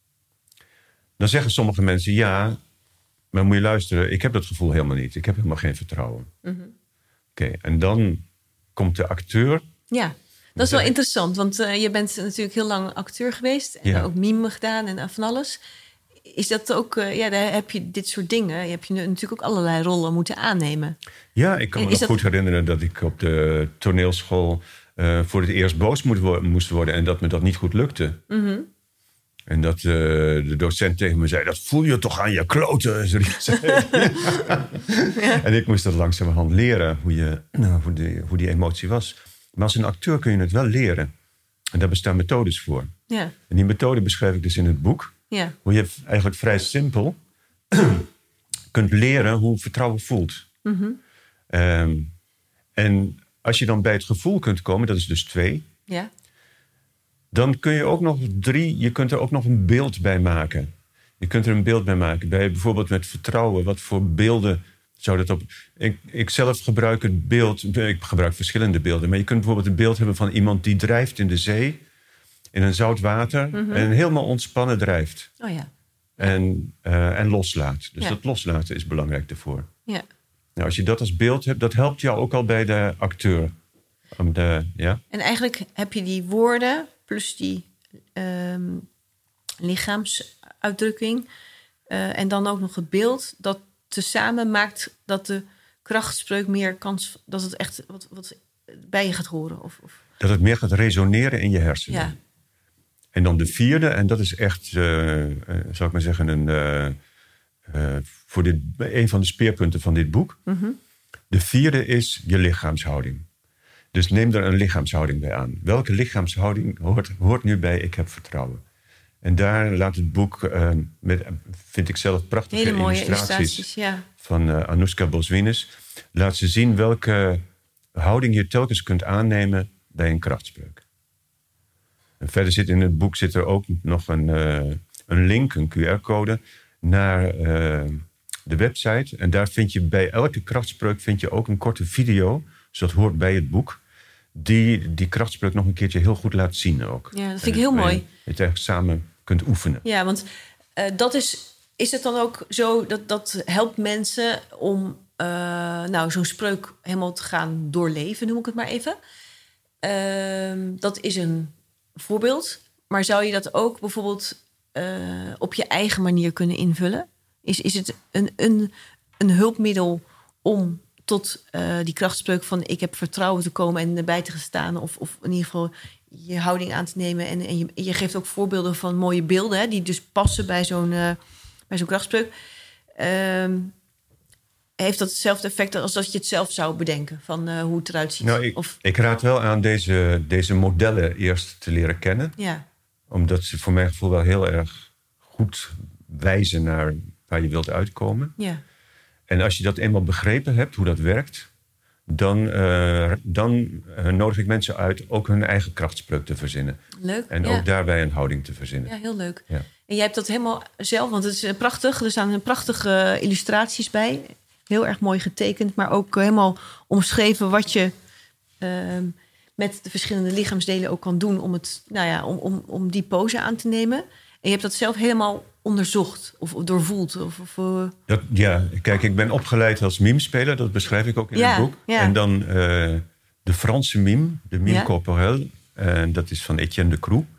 [SPEAKER 2] Dan zeggen sommige mensen, ja, maar moet je luisteren, ik heb dat gevoel helemaal niet. Ik heb helemaal geen vertrouwen. Mm-hmm. Oké, okay, en dan komt de acteur.
[SPEAKER 1] Ja, dat is wel hij... interessant, want uh, je bent natuurlijk heel lang acteur geweest. En ja. ook mime gedaan en van alles. Is dat ook, uh, ja, daar heb je dit soort dingen. Je hebt je natuurlijk ook allerlei rollen moeten aannemen.
[SPEAKER 2] Ja, ik kan me nog dat... goed herinneren dat ik op de toneelschool Uh, voor het eerst boos moet wo- moest worden en dat me dat niet goed lukte. Mm-hmm. En dat uh, de docent tegen me zei, dat voel je toch aan je kloten. Ja. En ik moest dat langzamerhand leren, hoe, je, nou, hoe, die, hoe die emotie was. Maar als een acteur kun je het wel leren. En daar bestaan methodes voor. Ja. En die methode beschrijf ik dus in het boek. Ja. Hoe je eigenlijk vrij simpel kunt leren hoe vertrouwen voelt. Mm-hmm. Um, en als je dan bij het gevoel kunt komen, dat is dus twee. Ja. Dan kun je ook nog drie, je kunt er ook nog een beeld bij maken. Je kunt er een beeld bij maken. Bij bijvoorbeeld met vertrouwen, wat voor beelden zou dat op... Ik, ik zelf gebruik het beeld, ik gebruik verschillende beelden. Maar je kunt bijvoorbeeld een beeld hebben van iemand die drijft in de zee, in een zout water, mm-hmm. en helemaal ontspannen drijft. Oh ja. En, uh, en loslaat. Dus ja. dat loslaten is belangrijk daarvoor. Ja. Nou, als je dat als beeld hebt, dat helpt jou ook al bij de acteur. Om de, ja?
[SPEAKER 1] En eigenlijk heb je die woorden plus die um, lichaamsuitdrukking uh, en dan ook nog het beeld, dat tezamen maakt dat de krachtspreuk meer kans, dat het echt wat, wat bij je gaat horen. Of, of...
[SPEAKER 2] Dat het meer gaat resoneren in je hersenen. Ja. En dan de vierde, en dat is echt, uh, uh, zou ik maar zeggen, een... Uh, Uh, voor dit, een van de speerpunten van dit boek. Mm-hmm. De vierde is je lichaamshouding. Dus neem er een lichaamshouding bij aan. Welke lichaamshouding hoort, hoort nu bij ik heb vertrouwen? En daar laat het boek, uh, met, vind ik zelf prachtige hele mooie illustraties, illustraties ja. van uh, Anouska Boswinis. Laat ze zien welke houding je telkens kunt aannemen bij een krachtspreuk. En verder zit in het boek zit er ook nog een, uh, een link, een Q R-code... naar uh, de website. En daar vind je bij elke krachtspreuk vind je ook een korte video. Dus dat hoort bij het boek. Die die krachtspreuk nog een keertje heel goed laat zien ook.
[SPEAKER 1] Ja, dat vind ik heel mooi.
[SPEAKER 2] Je het eigenlijk samen kunt oefenen.
[SPEAKER 1] Ja, want uh, dat is... Is het dan ook zo dat dat helpt mensen om uh, nou, zo'n spreuk helemaal te gaan doorleven, noem ik het maar even? Uh, dat is een voorbeeld. Maar zou je dat ook bijvoorbeeld uh, op je eigen manier kunnen invullen? Is, is het een, een, een hulpmiddel om tot uh, die krachtspreuk van ik heb vertrouwen te komen en erbij te gaan staan? Of, of in ieder geval je houding aan te nemen. En, en je, je geeft ook voorbeelden van mooie beelden, hè, die dus passen bij zo'n, uh, bij zo'n krachtspreuk. Uh, heeft dat hetzelfde effect als dat je het zelf zou bedenken van uh, hoe het eruit ziet?
[SPEAKER 2] Nou, ik,
[SPEAKER 1] of...
[SPEAKER 2] ik raad wel aan deze, deze modellen eerst te leren kennen.
[SPEAKER 1] Ja.
[SPEAKER 2] Omdat ze voor mijn gevoel wel heel erg goed wijzen naar waar je wilt uitkomen.
[SPEAKER 1] Ja.
[SPEAKER 2] En als je dat eenmaal begrepen hebt, hoe dat werkt, dan, uh, dan uh, nodig ik mensen uit ook hun eigen krachtspreuk te verzinnen.
[SPEAKER 1] Leuk.
[SPEAKER 2] En
[SPEAKER 1] ja.
[SPEAKER 2] ook daarbij een houding te verzinnen.
[SPEAKER 1] Ja, heel leuk.
[SPEAKER 2] Ja.
[SPEAKER 1] En jij hebt dat helemaal zelf, want het is prachtig. Er staan prachtige illustraties bij. Heel erg mooi getekend, maar ook helemaal omschreven wat je uh, met de verschillende lichaamsdelen ook kan doen om, het, nou ja, om, om, om die pose aan te nemen. En je hebt dat zelf helemaal onderzocht of doorvoeld. Of, of, uh...
[SPEAKER 2] dat, ja, kijk, ik ben opgeleid als mimespeler. Dat beschrijf ik ook in
[SPEAKER 1] ja,
[SPEAKER 2] het boek.
[SPEAKER 1] Ja.
[SPEAKER 2] En dan uh, de Franse mime, de mime
[SPEAKER 1] ja.
[SPEAKER 2] corporelle. En dat is van Etienne de Croux.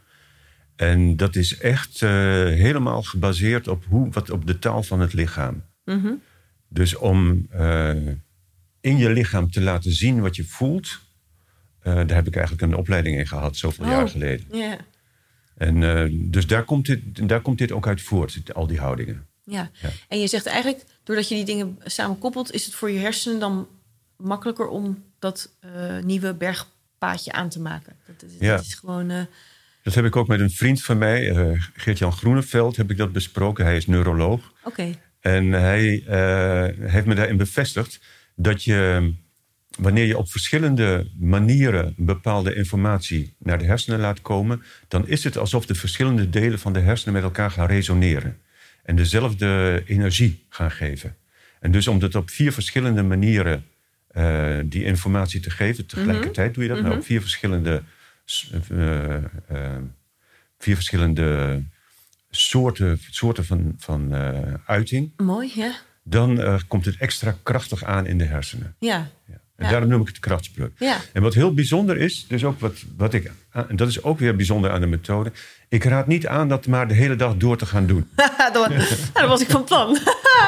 [SPEAKER 2] En dat is echt uh, helemaal gebaseerd op, hoe, wat, op de taal van het lichaam.
[SPEAKER 1] Mm-hmm.
[SPEAKER 2] Dus om uh, in je lichaam te laten zien wat je voelt, Uh, daar heb ik eigenlijk een opleiding in gehad, zoveel
[SPEAKER 1] oh,
[SPEAKER 2] jaar geleden.
[SPEAKER 1] Yeah.
[SPEAKER 2] En uh, dus daar komt, dit, daar komt dit ook uit voort, al die houdingen.
[SPEAKER 1] Ja.
[SPEAKER 2] ja,
[SPEAKER 1] en je zegt eigenlijk, doordat je die dingen samen koppelt, is het voor je hersenen dan makkelijker om dat uh, nieuwe bergpaadje aan te maken. Dat, dat,
[SPEAKER 2] ja.
[SPEAKER 1] dat is gewoon... Uh...
[SPEAKER 2] Dat heb ik ook met een vriend van mij, uh, Geert-Jan Groeneveld, heb ik dat besproken. Hij is neuroloog.
[SPEAKER 1] Oké. Okay.
[SPEAKER 2] En hij uh, heeft me daarin bevestigd dat je, wanneer je op verschillende manieren bepaalde informatie naar de hersenen laat komen, dan is het alsof de verschillende delen van de hersenen met elkaar gaan resoneren. En dezelfde energie gaan geven. En dus om dat op vier verschillende manieren uh, die informatie te geven, tegelijkertijd doe je dat, mm-hmm. nou, op vier verschillende, uh, uh, vier verschillende soorten, soorten van, van uh, uiting.
[SPEAKER 1] Mooi, ja.
[SPEAKER 2] Dan uh, komt het extra krachtig aan in de hersenen.
[SPEAKER 1] Ja.
[SPEAKER 2] Ja. En
[SPEAKER 1] ja.
[SPEAKER 2] daarom noem ik het de krachtspreuk.
[SPEAKER 1] Ja.
[SPEAKER 2] En wat heel bijzonder is, dus ook wat, wat ik, en dat is ook weer bijzonder aan de methode. Ik raad niet aan dat maar de hele dag door te gaan doen.
[SPEAKER 1] dat, nou, dat was ik van plan.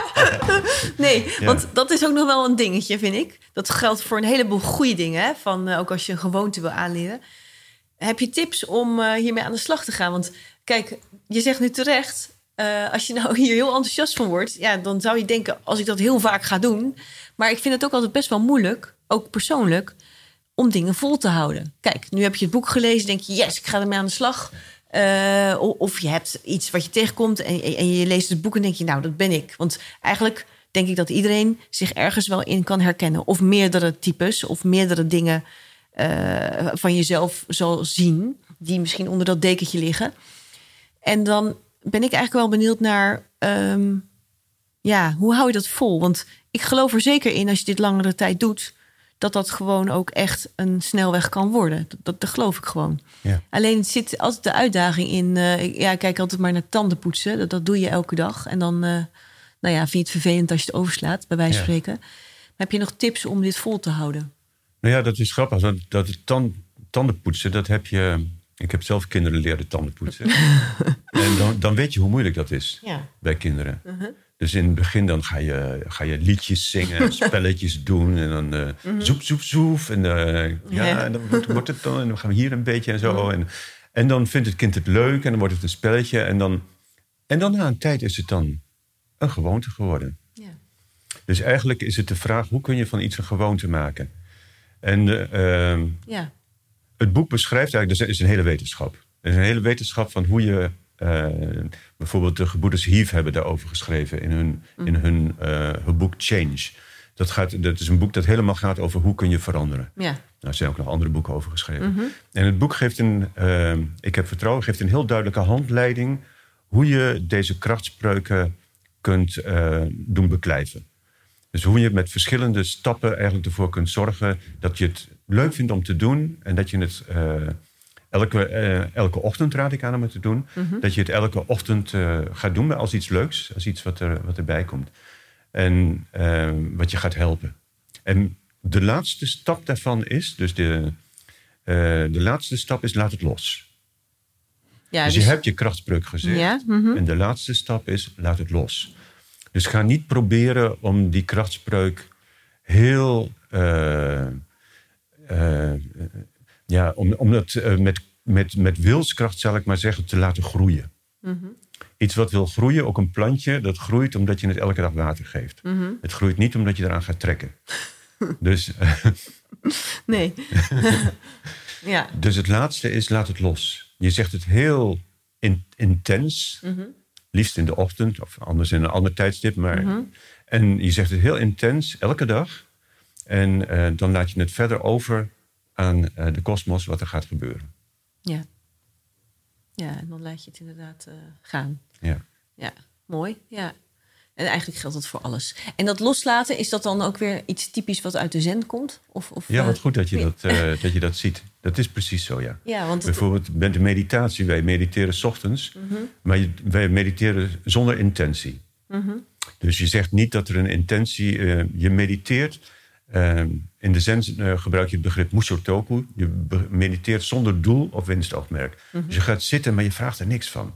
[SPEAKER 1] nee, ja. want dat is ook nog wel een dingetje, vind ik. Dat geldt voor een heleboel goede dingen. Hè? Van, uh, ook als je een gewoonte wil aanleren. Heb je tips om uh, hiermee aan de slag te gaan? Want kijk, je zegt nu terecht, Uh, als je nou hier heel enthousiast van wordt, ja, dan zou je denken, als ik dat heel vaak ga doen. Maar ik vind het ook altijd best wel moeilijk, ook persoonlijk, om dingen vol te houden. Kijk, nu heb je het boek gelezen, denk je, yes, ik ga ermee aan de slag. Uh, of je hebt iets wat je tegenkomt en, en je leest het boek en denk je, nou, dat ben ik. Want eigenlijk denk ik dat iedereen zich ergens wel in kan herkennen. Of meerdere types, of meerdere dingen uh, van jezelf zal zien, die misschien onder dat dekentje liggen. En dan ben ik eigenlijk wel benieuwd naar, um, ja, hoe hou je dat vol? Want ik geloof er zeker in, als je dit langere tijd doet, dat dat gewoon ook echt een snelweg kan worden. Dat, dat, dat geloof ik gewoon. Ja. Alleen het zit altijd de uitdaging in, uh, ja, kijk altijd maar naar tanden poetsen. Dat, dat doe je elke dag. En dan, uh, nou ja, vind je het vervelend als je het overslaat, bij wijze van ja. spreken. Maar heb je nog tips om dit vol te houden?
[SPEAKER 2] Nou ja, dat is grappig. Dat, dat het tand, tanden poetsen, dat heb je. Ik heb zelf kinderen leren tanden poetsen. En dan, dan weet je hoe moeilijk dat is ja. bij kinderen. Uh-huh. Dus in het begin dan ga je, ga je liedjes zingen, spelletjes doen. En dan uh, uh-huh. zoep, zoep, zoep. En, uh, ja, ja. en dan wordt, wordt het dan. En dan gaan we hier een beetje en zo. Uh-huh. En, en dan vindt het kind het leuk. En dan wordt het een spelletje. En dan, en dan na een tijd is het dan een gewoonte geworden. Ja. Dus eigenlijk is het de vraag, hoe kun je van iets een gewoonte maken? En uh, ja. het boek beschrijft eigenlijk, er is een hele wetenschap. Er is een hele wetenschap van hoe je, uh, bijvoorbeeld de gebroeders Hief hebben daarover geschreven in hun, mm. in hun, uh, hun boek Change. Dat, gaat, dat is een boek dat helemaal gaat over hoe kun je veranderen. Ja. Nou, er zijn ook nog andere boeken over geschreven. Mm-hmm. En het boek geeft een, uh, ik heb vertrouwen, geeft een heel duidelijke handleiding hoe je deze krachtspreuken kunt uh, doen beklijven. Dus hoe je met verschillende stappen eigenlijk ervoor kunt zorgen dat je het leuk vindt om te doen. En dat je het uh, elke, uh, elke ochtend, raad ik aan om het te doen. Mm-hmm. Dat je het elke ochtend uh, gaat doen als iets leuks. Als iets wat, er, wat erbij komt. En uh, wat je gaat helpen. En de laatste stap daarvan is, dus de, de laatste stap is laat het los.
[SPEAKER 1] Ja,
[SPEAKER 2] dus,
[SPEAKER 1] dus
[SPEAKER 2] je hebt je krachtspreuk gezegd.
[SPEAKER 1] Ja, mm-hmm.
[SPEAKER 2] En de laatste stap is laat het los. Dus ga niet proberen om die krachtspreuk heel... Uh, uh, ja, om, om dat uh, met, met, met wilskracht, zal ik maar zeggen, te laten groeien.
[SPEAKER 1] Mm-hmm.
[SPEAKER 2] Iets wat wil groeien, ook een plantje, dat groeit omdat je het elke dag water geeft.
[SPEAKER 1] Mm-hmm.
[SPEAKER 2] Het groeit niet omdat je eraan gaat trekken. dus, uh,
[SPEAKER 1] nee. ja.
[SPEAKER 2] Dus het laatste is laat het los. Je zegt het heel in, intens, mm-hmm. liefst in de ochtend of anders in een ander tijdstip. Maar, mm-hmm. En je zegt het heel intens, elke dag. En uh, dan laat je het verder over aan uh, de kosmos wat er gaat gebeuren.
[SPEAKER 1] Ja. Ja, en dan laat je het inderdaad uh, gaan.
[SPEAKER 2] Ja.
[SPEAKER 1] Ja, mooi. Ja. En eigenlijk geldt dat voor alles. En dat loslaten, is dat dan ook weer iets typisch wat uit de zen komt? Of, of,
[SPEAKER 2] ja, wat goed dat je dat, uh, dat je dat ziet. Dat is precies zo, ja.
[SPEAKER 1] ja want
[SPEAKER 2] Bijvoorbeeld het... met de meditatie. Wij mediteren 's ochtends, mm-hmm. maar je, wij mediteren zonder intentie.
[SPEAKER 1] Mm-hmm.
[SPEAKER 2] Dus je zegt niet dat er een intentie... Uh, je mediteert... Uh, in de zen uh, gebruik je het begrip Mushotoku. Je be- mediteert zonder doel of winstoogmerk. Mm-hmm. Dus je gaat zitten, maar je vraagt er niks van.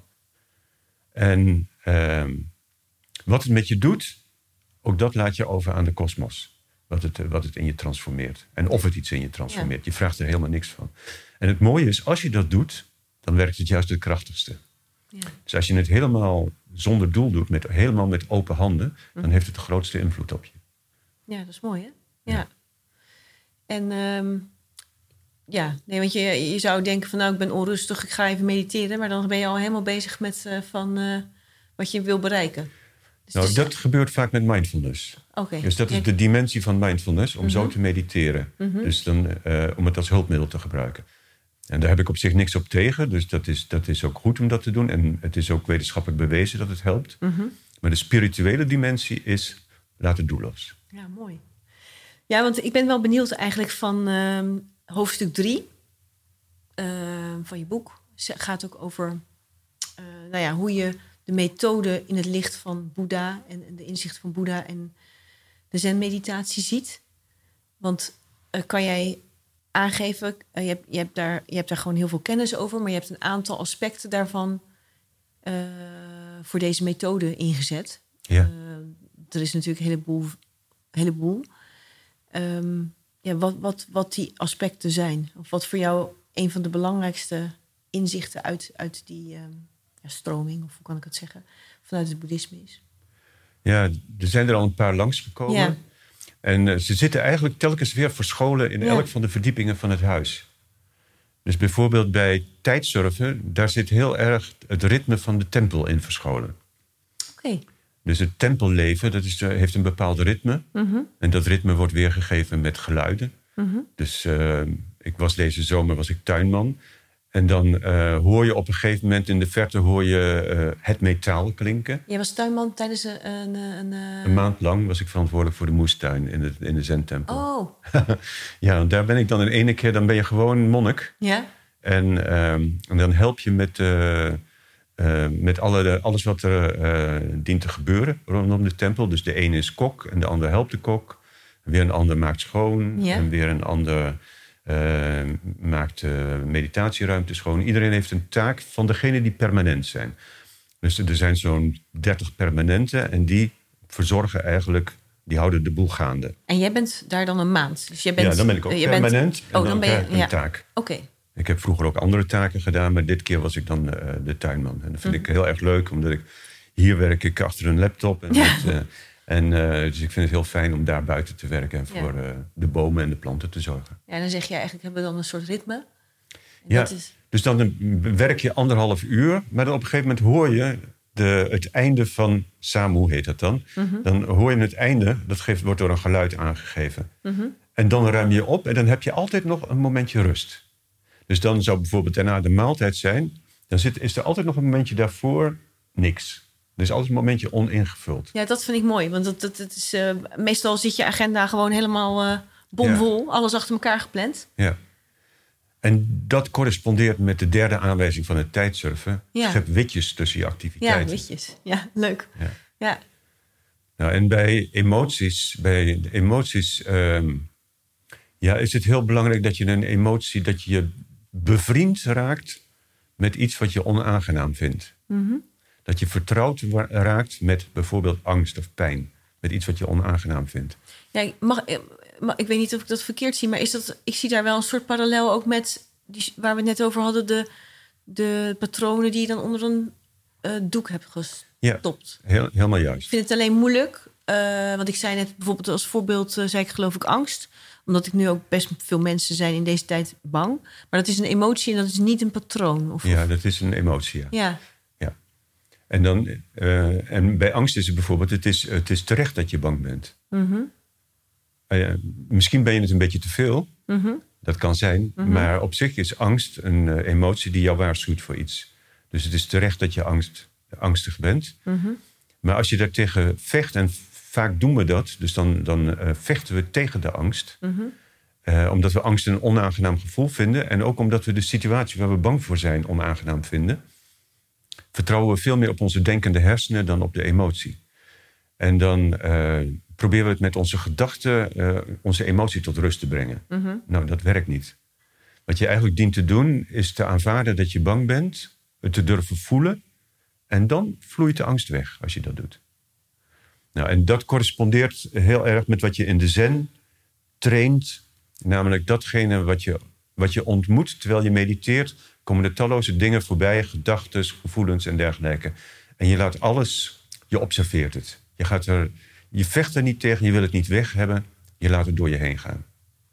[SPEAKER 2] En uh, wat het met je doet, ook dat laat je over aan de kosmos. Wat het, uh, wat het in je transformeert. En of het iets in je transformeert. Ja. Je vraagt er helemaal niks van. En het mooie is, als je dat doet, dan werkt het juist het krachtigste. Ja. Dus als je het helemaal zonder doel doet, met, helemaal met open handen... Mm-hmm. dan heeft het de grootste invloed op je.
[SPEAKER 1] Ja, dat is mooi, hè? Ja. ja. En um, ja, nee, want je, je zou denken van nou, ik ben onrustig, ik ga even mediteren. Maar dan ben je al helemaal bezig met uh, van uh, wat je wil bereiken. Dus
[SPEAKER 2] nou,
[SPEAKER 1] dus,
[SPEAKER 2] dat gebeurt vaak met mindfulness.
[SPEAKER 1] Okay.
[SPEAKER 2] Dus dat is
[SPEAKER 1] ja.
[SPEAKER 2] de dimensie van mindfulness, om mm-hmm. zo te mediteren.
[SPEAKER 1] Mm-hmm.
[SPEAKER 2] Dus dan, uh, om het als hulpmiddel te gebruiken. En daar heb ik op zich niks op tegen. Dus dat is, dat is ook goed om dat te doen. En het is ook wetenschappelijk bewezen dat het helpt.
[SPEAKER 1] Mm-hmm.
[SPEAKER 2] Maar de spirituele dimensie is, laat het doelloos.
[SPEAKER 1] Ja, mooi. Ja, want ik ben wel benieuwd eigenlijk van uh, hoofdstuk drie uh, van je boek. Het gaat ook over uh, nou ja, hoe je de methode in het licht van Boeddha... en, en de inzicht van Boeddha en de zen-meditatie ziet. Want uh, kan jij aangeven... Uh, je, hebt, je, hebt daar, je hebt daar gewoon heel veel kennis over... maar je hebt een aantal aspecten daarvan uh, voor deze methode ingezet.
[SPEAKER 2] Ja.
[SPEAKER 1] Uh, er is natuurlijk een heleboel... heleboel. Um, ja, wat, wat, wat die aspecten zijn. Of wat voor jou een van de belangrijkste inzichten uit, uit die um, ja, stroming, of hoe kan ik het zeggen, vanuit het boeddhisme is.
[SPEAKER 2] Ja, er zijn er al een paar langsgekomen. Ja. En uh, ze zitten eigenlijk telkens weer verscholen in ja. elk van de verdiepingen van het huis. Dus bijvoorbeeld bij tijdsurfen, daar zit heel erg het ritme van de tempel in verscholen.
[SPEAKER 1] Oké. Okay.
[SPEAKER 2] Dus het tempelleven, dat is, uh, heeft een bepaald ritme.
[SPEAKER 1] Mm-hmm.
[SPEAKER 2] En dat ritme wordt weergegeven met geluiden.
[SPEAKER 1] Mm-hmm.
[SPEAKER 2] Dus uh, ik was deze zomer was ik tuinman. En dan uh, hoor je op een gegeven moment in de verte hoor je uh, het metaal klinken.
[SPEAKER 1] Jij was tuinman tijdens een... Een, een, uh...
[SPEAKER 2] een maand lang was ik verantwoordelijk voor de moestuin in de, in de Zen-tempel.
[SPEAKER 1] Oh.
[SPEAKER 2] Ja, daar ben ik dan in ene keer, dan ben je gewoon monnik.
[SPEAKER 1] Ja.
[SPEAKER 2] En, uh, en dan help je met... Uh, Uh, met alle, alles wat er uh, dient te gebeuren rondom de tempel. Dus de ene is kok en de ander helpt de kok. Weer een ander maakt schoon.
[SPEAKER 1] Ja.
[SPEAKER 2] En weer een ander uh, maakt uh, meditatieruimte schoon. Iedereen heeft een taak van degene die permanent zijn. Dus er zijn zo'n dertig permanenten. En die verzorgen eigenlijk, die houden de boel gaande.
[SPEAKER 1] En jij bent daar dan een maand? Dus jij bent,
[SPEAKER 2] ja, dan ben ik ook uh, permanent. Bent,
[SPEAKER 1] oh,
[SPEAKER 2] en dan,
[SPEAKER 1] dan ben je,
[SPEAKER 2] krijg ik een
[SPEAKER 1] ja.
[SPEAKER 2] taak.
[SPEAKER 1] Oké. Okay.
[SPEAKER 2] Ik heb vroeger ook andere taken gedaan, maar dit keer was ik dan uh, de tuinman. En dat vind mm-hmm. ik heel erg leuk, omdat ik... Hier werk ik achter een laptop. En,
[SPEAKER 1] ja.
[SPEAKER 2] met, uh, en uh, dus ik vind het heel fijn om daar buiten te werken... en voor ja. uh, de bomen en de planten te zorgen.
[SPEAKER 1] Ja, dan zeg je eigenlijk, hebben we dan een soort ritme? En
[SPEAKER 2] ja,
[SPEAKER 1] dat is...
[SPEAKER 2] dus dan werk je anderhalf uur... maar dan op een gegeven moment hoor je de, het einde van Samu, heet dat dan.
[SPEAKER 1] Mm-hmm.
[SPEAKER 2] Dan hoor je het einde, dat geeft, wordt door een geluid aangegeven.
[SPEAKER 1] Mm-hmm.
[SPEAKER 2] En dan ruim je op en dan heb je altijd nog een momentje rust... Dus dan zou bijvoorbeeld daarna de maaltijd zijn... dan zit, is er altijd nog een momentje daarvoor niks. Er is altijd een momentje oningevuld.
[SPEAKER 1] Ja, dat vind ik mooi. Want dat, dat, dat is, uh, meestal zit je agenda gewoon helemaal uh, bomvol. Ja. Alles achter elkaar gepland.
[SPEAKER 2] Ja. En dat correspondeert met de derde aanwijzing van het tijdsurfen.
[SPEAKER 1] Ja.
[SPEAKER 2] Schep witjes tussen je activiteiten.
[SPEAKER 1] Ja, witjes. Ja, leuk.
[SPEAKER 2] Ja.
[SPEAKER 1] Ja.
[SPEAKER 2] Nou, en bij emoties... Bij de emoties um, Ja, is het heel belangrijk dat je een emotie... dat je je bevriend raakt met iets wat je onaangenaam vindt.
[SPEAKER 1] Mm-hmm.
[SPEAKER 2] Dat je vertrouwd raakt met bijvoorbeeld angst of pijn. Met iets wat je onaangenaam vindt.
[SPEAKER 1] Ja, ik, mag, mag, ik weet niet of ik dat verkeerd zie... maar is dat, ik zie daar wel een soort parallel ook met... Die, waar we het net over hadden... de, de patronen die je dan onder een uh, doek hebt gestopt.
[SPEAKER 2] Ja, heel, helemaal juist.
[SPEAKER 1] Ik vind het alleen moeilijk... Uh, want ik zei net bijvoorbeeld als voorbeeld... Uh, zei ik geloof ik angst... Omdat ik nu ook best veel mensen zijn in deze tijd bang. Maar dat is een emotie en dat is niet een patroon. Of,
[SPEAKER 2] ja, dat is een emotie, ja.
[SPEAKER 1] Ja.
[SPEAKER 2] ja. En, dan, uh, en bij angst is het bijvoorbeeld... het is, het is terecht dat je bang bent.
[SPEAKER 1] Mm-hmm.
[SPEAKER 2] Uh, misschien ben je het een beetje te veel.
[SPEAKER 1] Mm-hmm.
[SPEAKER 2] Dat kan zijn.
[SPEAKER 1] Mm-hmm.
[SPEAKER 2] Maar op zich is angst een uh, emotie die jou waarschuwt voor iets. Dus het is terecht dat je angst, angstig bent.
[SPEAKER 1] Mm-hmm.
[SPEAKER 2] Maar als je daartegen vecht... en vaak doen we dat, dus dan, dan uh, vechten we tegen de angst.
[SPEAKER 1] Mm-hmm.
[SPEAKER 2] Uh, omdat we angst een onaangenaam gevoel vinden. En ook omdat we de situatie waar we bang voor zijn onaangenaam vinden. Vertrouwen we veel meer op onze denkende hersenen dan op de emotie. En dan uh, proberen we het met onze gedachten, uh, onze emotie tot rust te brengen.
[SPEAKER 1] Mm-hmm.
[SPEAKER 2] Nou, dat werkt niet. Wat je eigenlijk dient te doen, is te aanvaarden dat je bang bent. Het te durven voelen. En dan vloeit de angst weg als je dat doet. Nou, en dat correspondeert heel erg met wat je in de zen traint. Namelijk datgene wat je, wat je ontmoet terwijl je mediteert... komen er talloze dingen voorbij, gedachten, gevoelens en dergelijke. En je laat alles, je observeert het. Je, gaat er, je vecht er niet tegen, je wil het niet weg hebben. Je laat het door je heen gaan.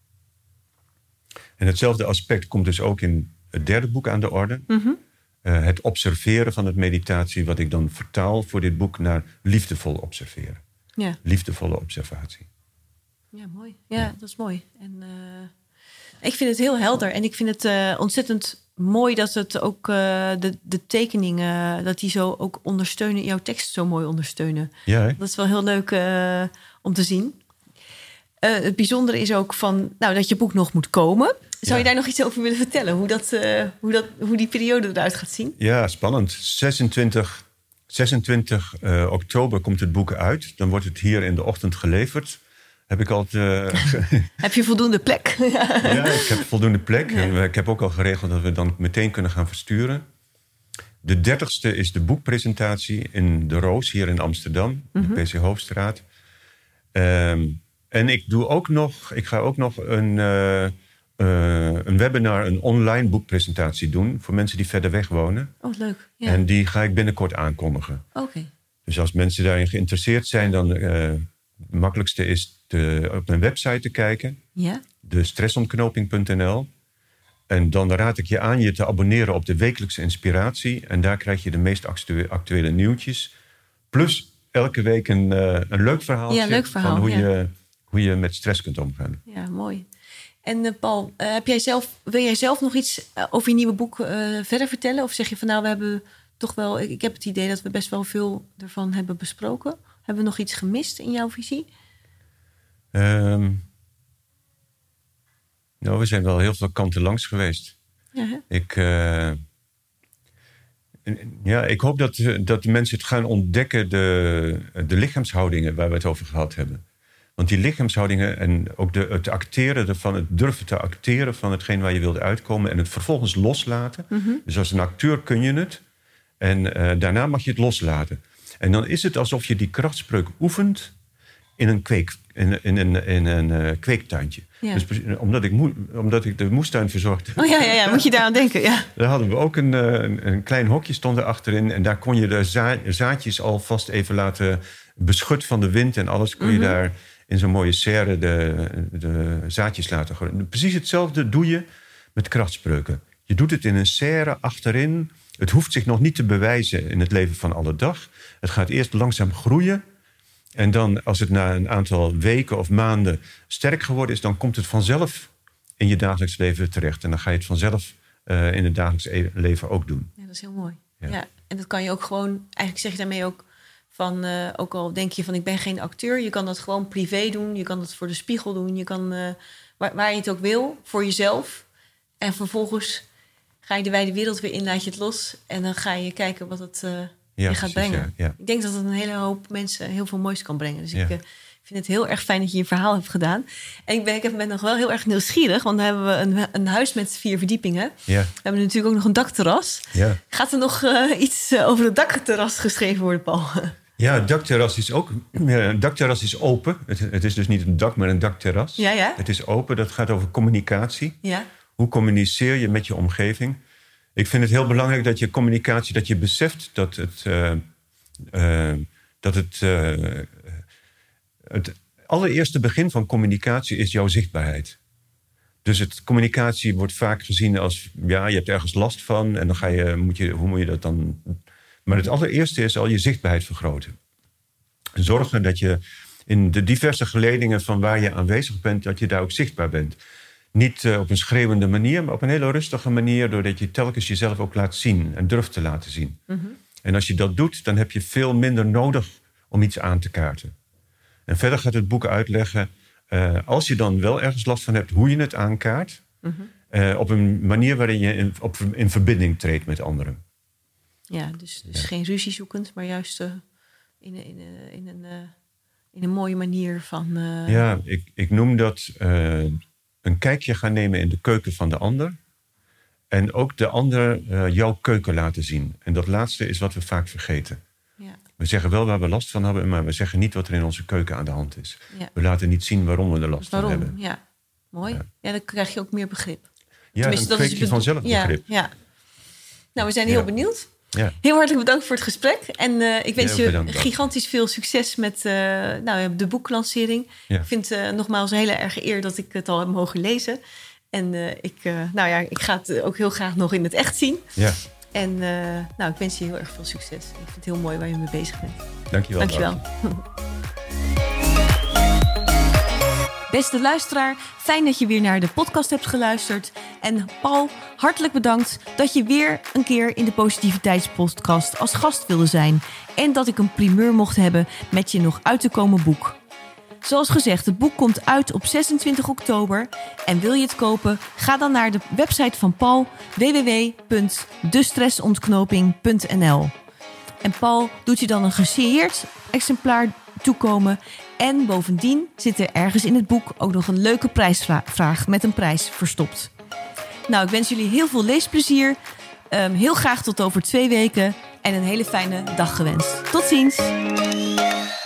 [SPEAKER 2] En hetzelfde aspect komt dus ook in het derde boek aan de orde.
[SPEAKER 1] Mm-hmm.
[SPEAKER 2] Uh, het observeren van het meditatie... wat ik dan vertaal voor dit boek naar liefdevol observeren.
[SPEAKER 1] Ja.
[SPEAKER 2] Liefdevolle observatie.
[SPEAKER 1] Ja, mooi. Ja, ja. Dat is mooi. En uh, ik vind het heel helder. En ik vind het uh, ontzettend mooi dat het ook uh, de, de tekeningen... dat die zo ook ondersteunen, jouw tekst zo mooi ondersteunen.
[SPEAKER 2] Ja, hè?
[SPEAKER 1] Dat is wel heel leuk uh, om te zien. Uh, het bijzondere is ook van, nou, dat je boek nog moet komen... Zou je
[SPEAKER 2] ja.
[SPEAKER 1] daar nog iets over willen vertellen? Hoe, dat, uh, hoe, dat, hoe die periode eruit gaat zien?
[SPEAKER 2] Ja, spannend. zesentwintig, zesentwintig uh, oktober komt het boek uit. Dan wordt het hier in de ochtend geleverd. Heb ik al... Uh,
[SPEAKER 1] heb je voldoende plek?
[SPEAKER 2] Ja, ik heb voldoende plek. Ja. Ik heb ook al geregeld dat we dan meteen kunnen gaan versturen. De dertigste is de boekpresentatie in De Roos hier in Amsterdam. Mm-hmm. De P C Hoofdstraat. Um, en ik doe ook nog... Ik ga ook nog een... Uh, Uh, een webinar, een online boekpresentatie doen... voor mensen die verder weg wonen.
[SPEAKER 1] Oh, leuk. Ja.
[SPEAKER 2] En die ga ik binnenkort aankondigen.
[SPEAKER 1] Oké. Okay.
[SPEAKER 2] Dus als mensen daarin geïnteresseerd zijn... dan uh, het makkelijkste is te, op mijn website te kijken.
[SPEAKER 1] Ja.
[SPEAKER 2] De stressontknoping punt n l. En dan raad ik je aan je te abonneren op de wekelijkse inspiratie. En daar krijg je de meest actu- actuele nieuwtjes. Plus elke week een, uh, een leuk verhaaltje...
[SPEAKER 1] Ja, leuk verhaal,
[SPEAKER 2] van hoe,
[SPEAKER 1] ja.
[SPEAKER 2] je, hoe je met stress kunt omgaan.
[SPEAKER 1] Ja, mooi. En uh, Paul, uh, heb jij zelf, wil jij zelf nog iets uh, over je nieuwe boek uh, verder vertellen? Of zeg je van nou, we hebben toch wel... Ik, ik heb het idee dat we best wel veel ervan hebben besproken. Hebben we nog iets gemist in jouw visie?
[SPEAKER 2] Um, nou, we zijn wel heel veel kanten langs geweest.
[SPEAKER 1] Ja, hè?
[SPEAKER 2] Ik, uh, ja, ik hoop dat, dat de mensen het gaan ontdekken... De, de lichaamshoudingen waar we het over gehad hebben. Want die lichaamshoudingen en ook de, het acteren ervan... het durven te acteren van hetgeen waar je wilde uitkomen... en het vervolgens loslaten.
[SPEAKER 1] Mm-hmm.
[SPEAKER 2] Dus als een acteur kun je het. En uh, daarna mag je het loslaten. En dan is het alsof je die krachtspreuk oefent... in een, kweek, in, in, in, in een uh, kweektuintje.
[SPEAKER 1] Ja.
[SPEAKER 2] Dus omdat ik, moe, omdat ik de moestuin verzorgde...
[SPEAKER 1] Oh ja, ja, ja, moet je daar aan denken, ja.
[SPEAKER 2] Daar hadden we ook een, een, een klein hokje stond er achterin... en daar kon je de za- zaadjes alvast even laten beschut van de wind... en alles kon je mm-hmm. daar... in zo'n mooie serre de, de zaadjes laten groeien. Precies hetzelfde doe je met krachtspreuken. Je doet het in een serre achterin. Het hoeft zich nog niet te bewijzen in het leven van alle dag. Het gaat eerst langzaam groeien. En dan, als het na een aantal weken of maanden sterk geworden is... dan komt het vanzelf in je dagelijks leven terecht. En dan ga je het vanzelf uh, in het dagelijks leven ook doen.
[SPEAKER 1] Ja, dat is heel mooi.
[SPEAKER 2] Ja.
[SPEAKER 1] Ja, en dat kan je ook gewoon... Eigenlijk zeg je daarmee ook... Van, uh, ook al denk je van ik ben geen acteur... je kan dat gewoon privé doen. Je kan dat voor de spiegel doen. Je kan uh, waar, waar je het ook wil, voor jezelf. En vervolgens ga je de wijde wereld weer in, laat je het los... en dan ga je kijken wat het uh,
[SPEAKER 2] ja,
[SPEAKER 1] je gaat
[SPEAKER 2] precies,
[SPEAKER 1] brengen.
[SPEAKER 2] Ja, ja.
[SPEAKER 1] Ik denk dat het een hele hoop mensen heel veel moois kan brengen. Dus
[SPEAKER 2] ja.
[SPEAKER 1] ik uh, Ik vind het heel erg fijn dat je je verhaal hebt gedaan. En ik ben, ik ben nog wel heel erg nieuwsgierig. Want dan hebben we een, een huis met vier verdiepingen.
[SPEAKER 2] Ja.
[SPEAKER 1] We hebben natuurlijk ook nog een dakterras.
[SPEAKER 2] Ja.
[SPEAKER 1] Gaat er nog uh, iets uh, over het dakterras geschreven worden, Paul?
[SPEAKER 2] Ja, het dakterras is ook... Een dakterras is open. Het, het is dus niet een dak, maar een dakterras.
[SPEAKER 1] Ja, ja.
[SPEAKER 2] Het is open. Dat gaat over communicatie.
[SPEAKER 1] Ja.
[SPEAKER 2] Hoe communiceer je met je omgeving? Ik vind het heel belangrijk dat je communicatie... dat je beseft dat het... Uh, uh, dat het, uh, het allereerste begin van communicatie is jouw zichtbaarheid. Dus het, communicatie wordt vaak gezien als... ja, je hebt ergens last van en dan ga je, moet je... hoe moet je dat dan... Maar het allereerste is al je zichtbaarheid vergroten. Zorgen dat je in de diverse geledingen van waar je aanwezig bent... dat je daar ook zichtbaar bent. Niet uh, op een schreeuwende manier, maar op een hele rustige manier... doordat je telkens jezelf ook laat zien en durft te laten zien. Mm-hmm. En als je dat doet, dan heb je veel minder nodig om iets aan te kaarten. En verder gaat het boek uitleggen... Uh, als je dan wel ergens last van hebt, hoe je het aankaart... Mm-hmm. uh, op een manier waarin je in, op, in verbinding treedt met anderen.
[SPEAKER 1] Ja, dus, dus ja. geen ruzie zoekend, maar juist uh, in, in, in, in, een, uh, in een mooie manier van... Uh...
[SPEAKER 2] Ja, ik, ik noem dat uh, een kijkje gaan nemen in de keuken van de ander. En ook de ander uh, jouw keuken laten zien. En dat laatste is wat we vaak vergeten. Ja. We zeggen wel waar we last van hebben, maar we zeggen niet wat er in onze keuken aan de hand is. Ja. We laten niet zien waarom we er last
[SPEAKER 1] waarom?
[SPEAKER 2] van hebben.
[SPEAKER 1] Ja, mooi. Ja. ja, dan krijg je ook meer begrip.
[SPEAKER 2] Ja, Tenminste, dan krijg je vanzelf begrip.
[SPEAKER 1] Ja, ja. Nou, we zijn heel ja. benieuwd.
[SPEAKER 2] Ja.
[SPEAKER 1] Heel hartelijk bedankt voor het gesprek. En uh, ik wens je
[SPEAKER 2] bedankt,
[SPEAKER 1] gigantisch veel succes met uh, nou, de boeklancering. Ja. Ik vind het uh, nogmaals een hele erge eer dat ik het al heb mogen lezen. En uh, ik, uh, nou ja, ik ga het ook heel graag nog in het echt zien.
[SPEAKER 2] Ja.
[SPEAKER 1] En uh, nou, ik wens je heel erg veel succes. Ik vind het heel mooi waar je mee bezig bent.
[SPEAKER 2] Dank je wel.
[SPEAKER 1] Dank je wel. Beste luisteraar, fijn dat je weer naar de podcast hebt geluisterd. En Paul, hartelijk bedankt dat je weer een keer in de Positiviteitspodcast als gast wilde zijn. En dat ik een primeur mocht hebben met je nog uit te komen boek. Zoals gezegd, het boek komt uit op zesentwintig oktober. En wil je het kopen? Ga dan naar de website van Paul, w w w punt de stressontknoping punt n l. En Paul doet je dan een gesigneerd exemplaar toekomen. En bovendien zit er ergens in het boek ook nog een leuke prijsvraag met een prijs verstopt. Nou, ik wens jullie heel veel leesplezier. Um, heel graag tot over twee weken. En een hele fijne dag gewenst. Tot ziens!